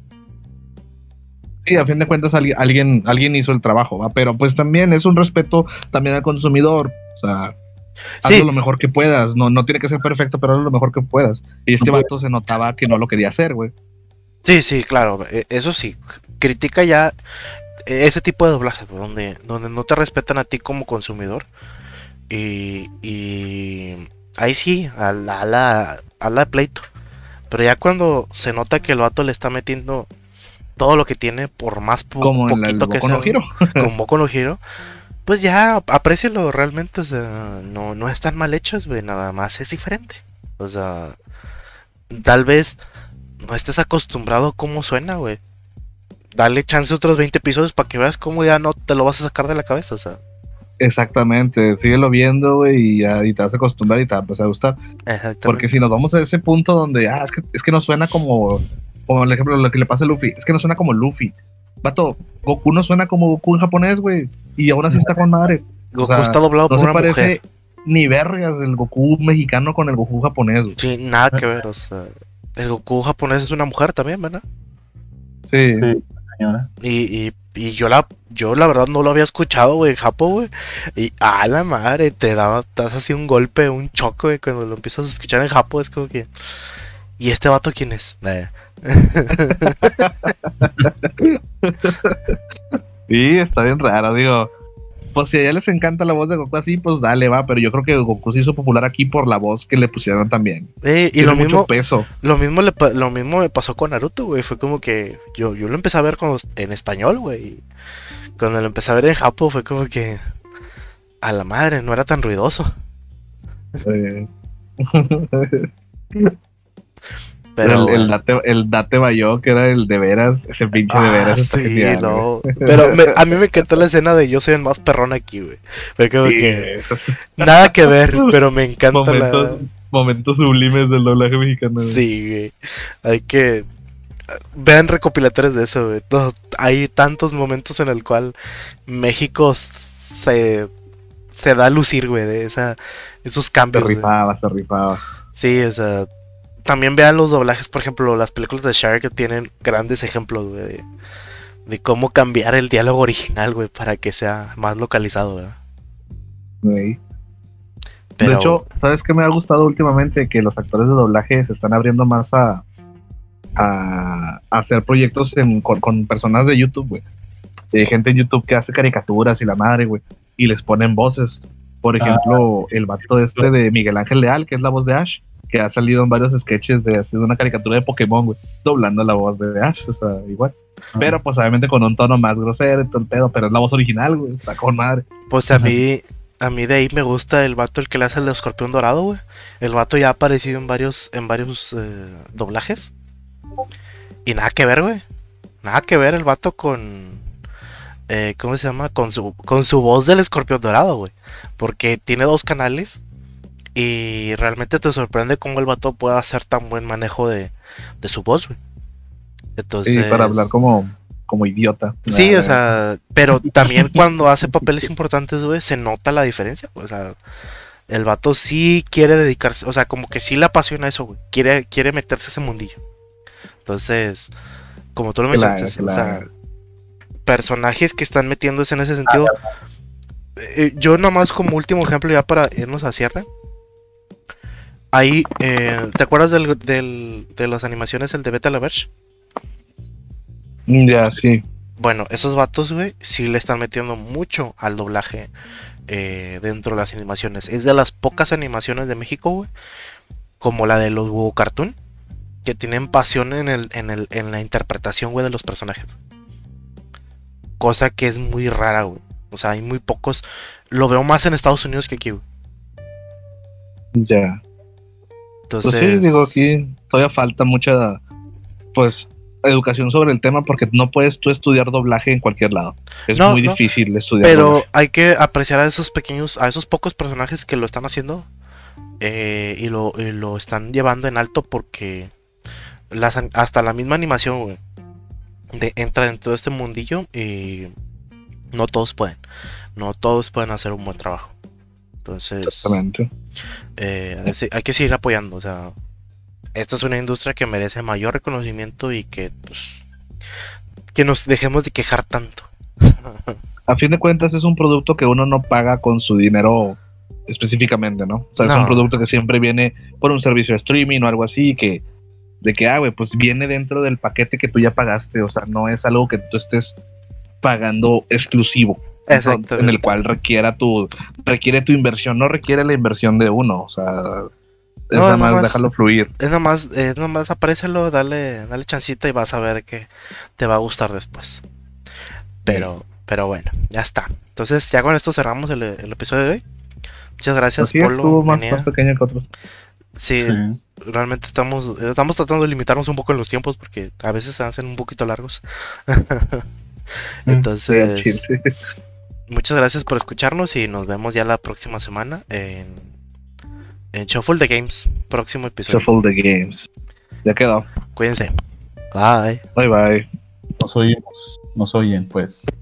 Sí, a fin de cuentas alguien, alguien, alguien hizo el trabajo, ¿va? Pero pues también es un respeto también al consumidor. O sea, Sí. hazlo lo mejor que puedas. No, no tiene que ser perfecto, pero hazlo lo mejor que puedas. Y este No puede- vato se notaba que no lo quería hacer, güey. Sí, sí, claro, e- eso sí, critica ya e- ese tipo de doblajes, güey, donde, donde no te respetan a ti como consumidor. Y, y ahí sí, a la, a la, a la de pleito. Pero ya cuando se nota que el vato le está metiendo todo lo que tiene, por más po- Como en el poquito que Boku sea, no Hero. como Boku no Hero, pues ya aprécialo realmente, o sea, no, no están mal hechos, güey, nada más es diferente. O sea, tal vez no estés acostumbrado a cómo suena, güey. Dale chance otros veinte episodios para que veas cómo ya no te lo vas a sacar de la cabeza, o sea. Exactamente, síguelo viendo, güey, y, ya- y te vas a acostumbrar y te va a empezar a gustar. Exactamente. Porque si nos vamos a ese punto donde, ah, es que, es que no suena como, como el ejemplo, lo que le pasa a Luffy, es que no suena como Luffy. Vato, Goku no suena como Goku en japonés, güey, y aún así está con madre. Goku o sea, está doblado No por se una parece mujer. ni vergas el Goku mexicano con el Goku japonés, güey. Sí, nada que ver, o sea. El Goku japonés es una mujer también, ¿verdad? Sí. Sí, señora. Y, y, y yo la yo la verdad no lo había escuchado, güey, en Japón, güey. Y a la madre, te da, te das así un golpe, un choque, güey, cuando lo empiezas a escuchar en Japón, es como que. ¿Y este vato quién es? Eh. Sí, está bien raro, digo. Pues si a ella les encanta la voz de Goku así, pues dale, va. Pero yo creo que Goku se hizo popular aquí por la voz que le pusieron también. Eh, y Tiene lo mucho mismo, peso. lo mismo le pa- lo mismo me pasó con Naruto, güey. Fue como que yo, yo lo empecé a ver cuando, en español, güey. y Cuando lo empecé a ver en Japón fue como que a la madre, no era tan ruidoso. Eh, Pero el, el, bueno. date, el Date Bayo, que era el de veras, ese pinche de Ah, veras. está sí, genial, no. Pero me- a mí me encantó la escena de yo soy el más perrón aquí, güey. Fue como güey. Sí, que esos nada que ver, pero me encanta la. momentos, momentos sublimes del doblaje mexicano. güey. Sí, güey. Hay que. Vean recopilatorios de eso, güey. No, hay tantos momentos en el cual México se. Se da a lucir, güey, de esa, esos Se cambios. güey. rifaba, se rifaba. Sí, o sea. También vean los doblajes, por ejemplo, las películas de Shark que tienen grandes ejemplos, güey, de, de cómo cambiar el diálogo original, güey, para que sea más localizado, ¿verdad? güey. Pero, De hecho, ¿sabes qué me ha gustado últimamente? Que los actores de doblaje se están abriendo más a, a, a hacer proyectos en- con, con personas de YouTube, güey. Hay gente en YouTube que hace caricaturas y la madre, güey, y les ponen voces. Por ejemplo, el vato este de Miguel Ángel Leal, que es la voz de Ash, que ha salido en varios sketches de hacer una caricatura de Pokémon, güey, doblando la voz de Ash, o sea, igual. Pero pues obviamente con un tono más grosero y todo el pedo, pero es la voz original, güey, está con madre. pues a mí, a mí de ahí me gusta el vato el que le hace el escorpión dorado, güey. El vato ya ha aparecido en varios, en varios eh, doblajes. Y nada que ver, güey. Nada que ver el vato con. Eh, ¿Cómo se llama? Con su, con su voz del escorpión dorado, güey. Porque tiene dos canales. Y realmente te sorprende cómo el vato puede hacer tan buen manejo de, de su voz, güey. Entonces. Y para hablar como, como idiota. Sí, Nah, o sea, pero también cuando hace papeles importantes, güey, se nota la diferencia, güey, o sea, el vato sí quiere dedicarse, o sea, como que sí le apasiona eso, güey, quiere, quiere meterse a ese mundillo. Entonces, como tú lo Que la- mencionaste, que o la- sea, personajes que están metiéndose en ese sentido. Eh, yo nomás como último ejemplo ya para irnos a cierre. Ahí, eh, ¿te acuerdas del, del, de las animaciones, el de Beta la Verge? Mm, Ya, sí. Bueno, esos vatos, güey, sí le están metiendo mucho al doblaje eh, dentro de las animaciones. Es de las pocas animaciones de México, güey, como la de los Hugo Cartoon, que tienen pasión en, el, en, el, en la interpretación, güey, de los personajes. Cosa que es muy rara, güey. O sea, hay muy pocos. Lo veo más en Estados Unidos que aquí, güey. Ya. Entonces, Pues sí, digo, aquí todavía falta mucha, pues, educación sobre el tema porque no puedes tú estudiar doblaje en cualquier lado. Es No, muy no, difícil estudiar pero doblaje. hay que apreciar a esos pequeños, a esos pocos personajes que lo están haciendo eh, y, lo, y lo están llevando en alto porque las, an- hasta la misma animación, güey, de, entra dentro de este mundillo y no todos pueden. No todos pueden hacer un buen trabajo. Entonces, Exactamente. eh, hay hay que seguir apoyando. O sea, esta es una industria que merece mayor reconocimiento y que, pues, que nos dejemos de quejar tanto. A fin de cuentas es un producto que uno no paga con su dinero específicamente, ¿no? O sea, es No. un producto que siempre viene por un servicio de streaming o algo así, que de que, ah, güey, pues viene dentro del paquete que tú ya pagaste, o sea, no es algo que tú estés pagando exclusivo, Exactamente. en el cual requiera tu, requiere tu inversión, no requiere la inversión de uno, o sea, es No, nada nada más más- dejarlo fluir. Es nomás, es nomás aprécialo, dale, dale chancita y vas a ver que te va a gustar después. Pero, pero bueno, ya está. Entonces, ya con esto cerramos el, el episodio de hoy. Muchas gracias, Así es, Polo. estuvo más, Menea. más pequeño que otros. Sí, Sí. realmente estamos, estamos tratando de limitarnos un poco en los tiempos porque a veces se hacen un poquito largos. Entonces, Sí, sí. muchas gracias por escucharnos y nos vemos ya la próxima semana en, en Shuffle the Games, próximo episodio. Shuffle the Games. Ya quedó. Cuídense. Bye. Bye bye. Nos oímos, nos oyen, pues.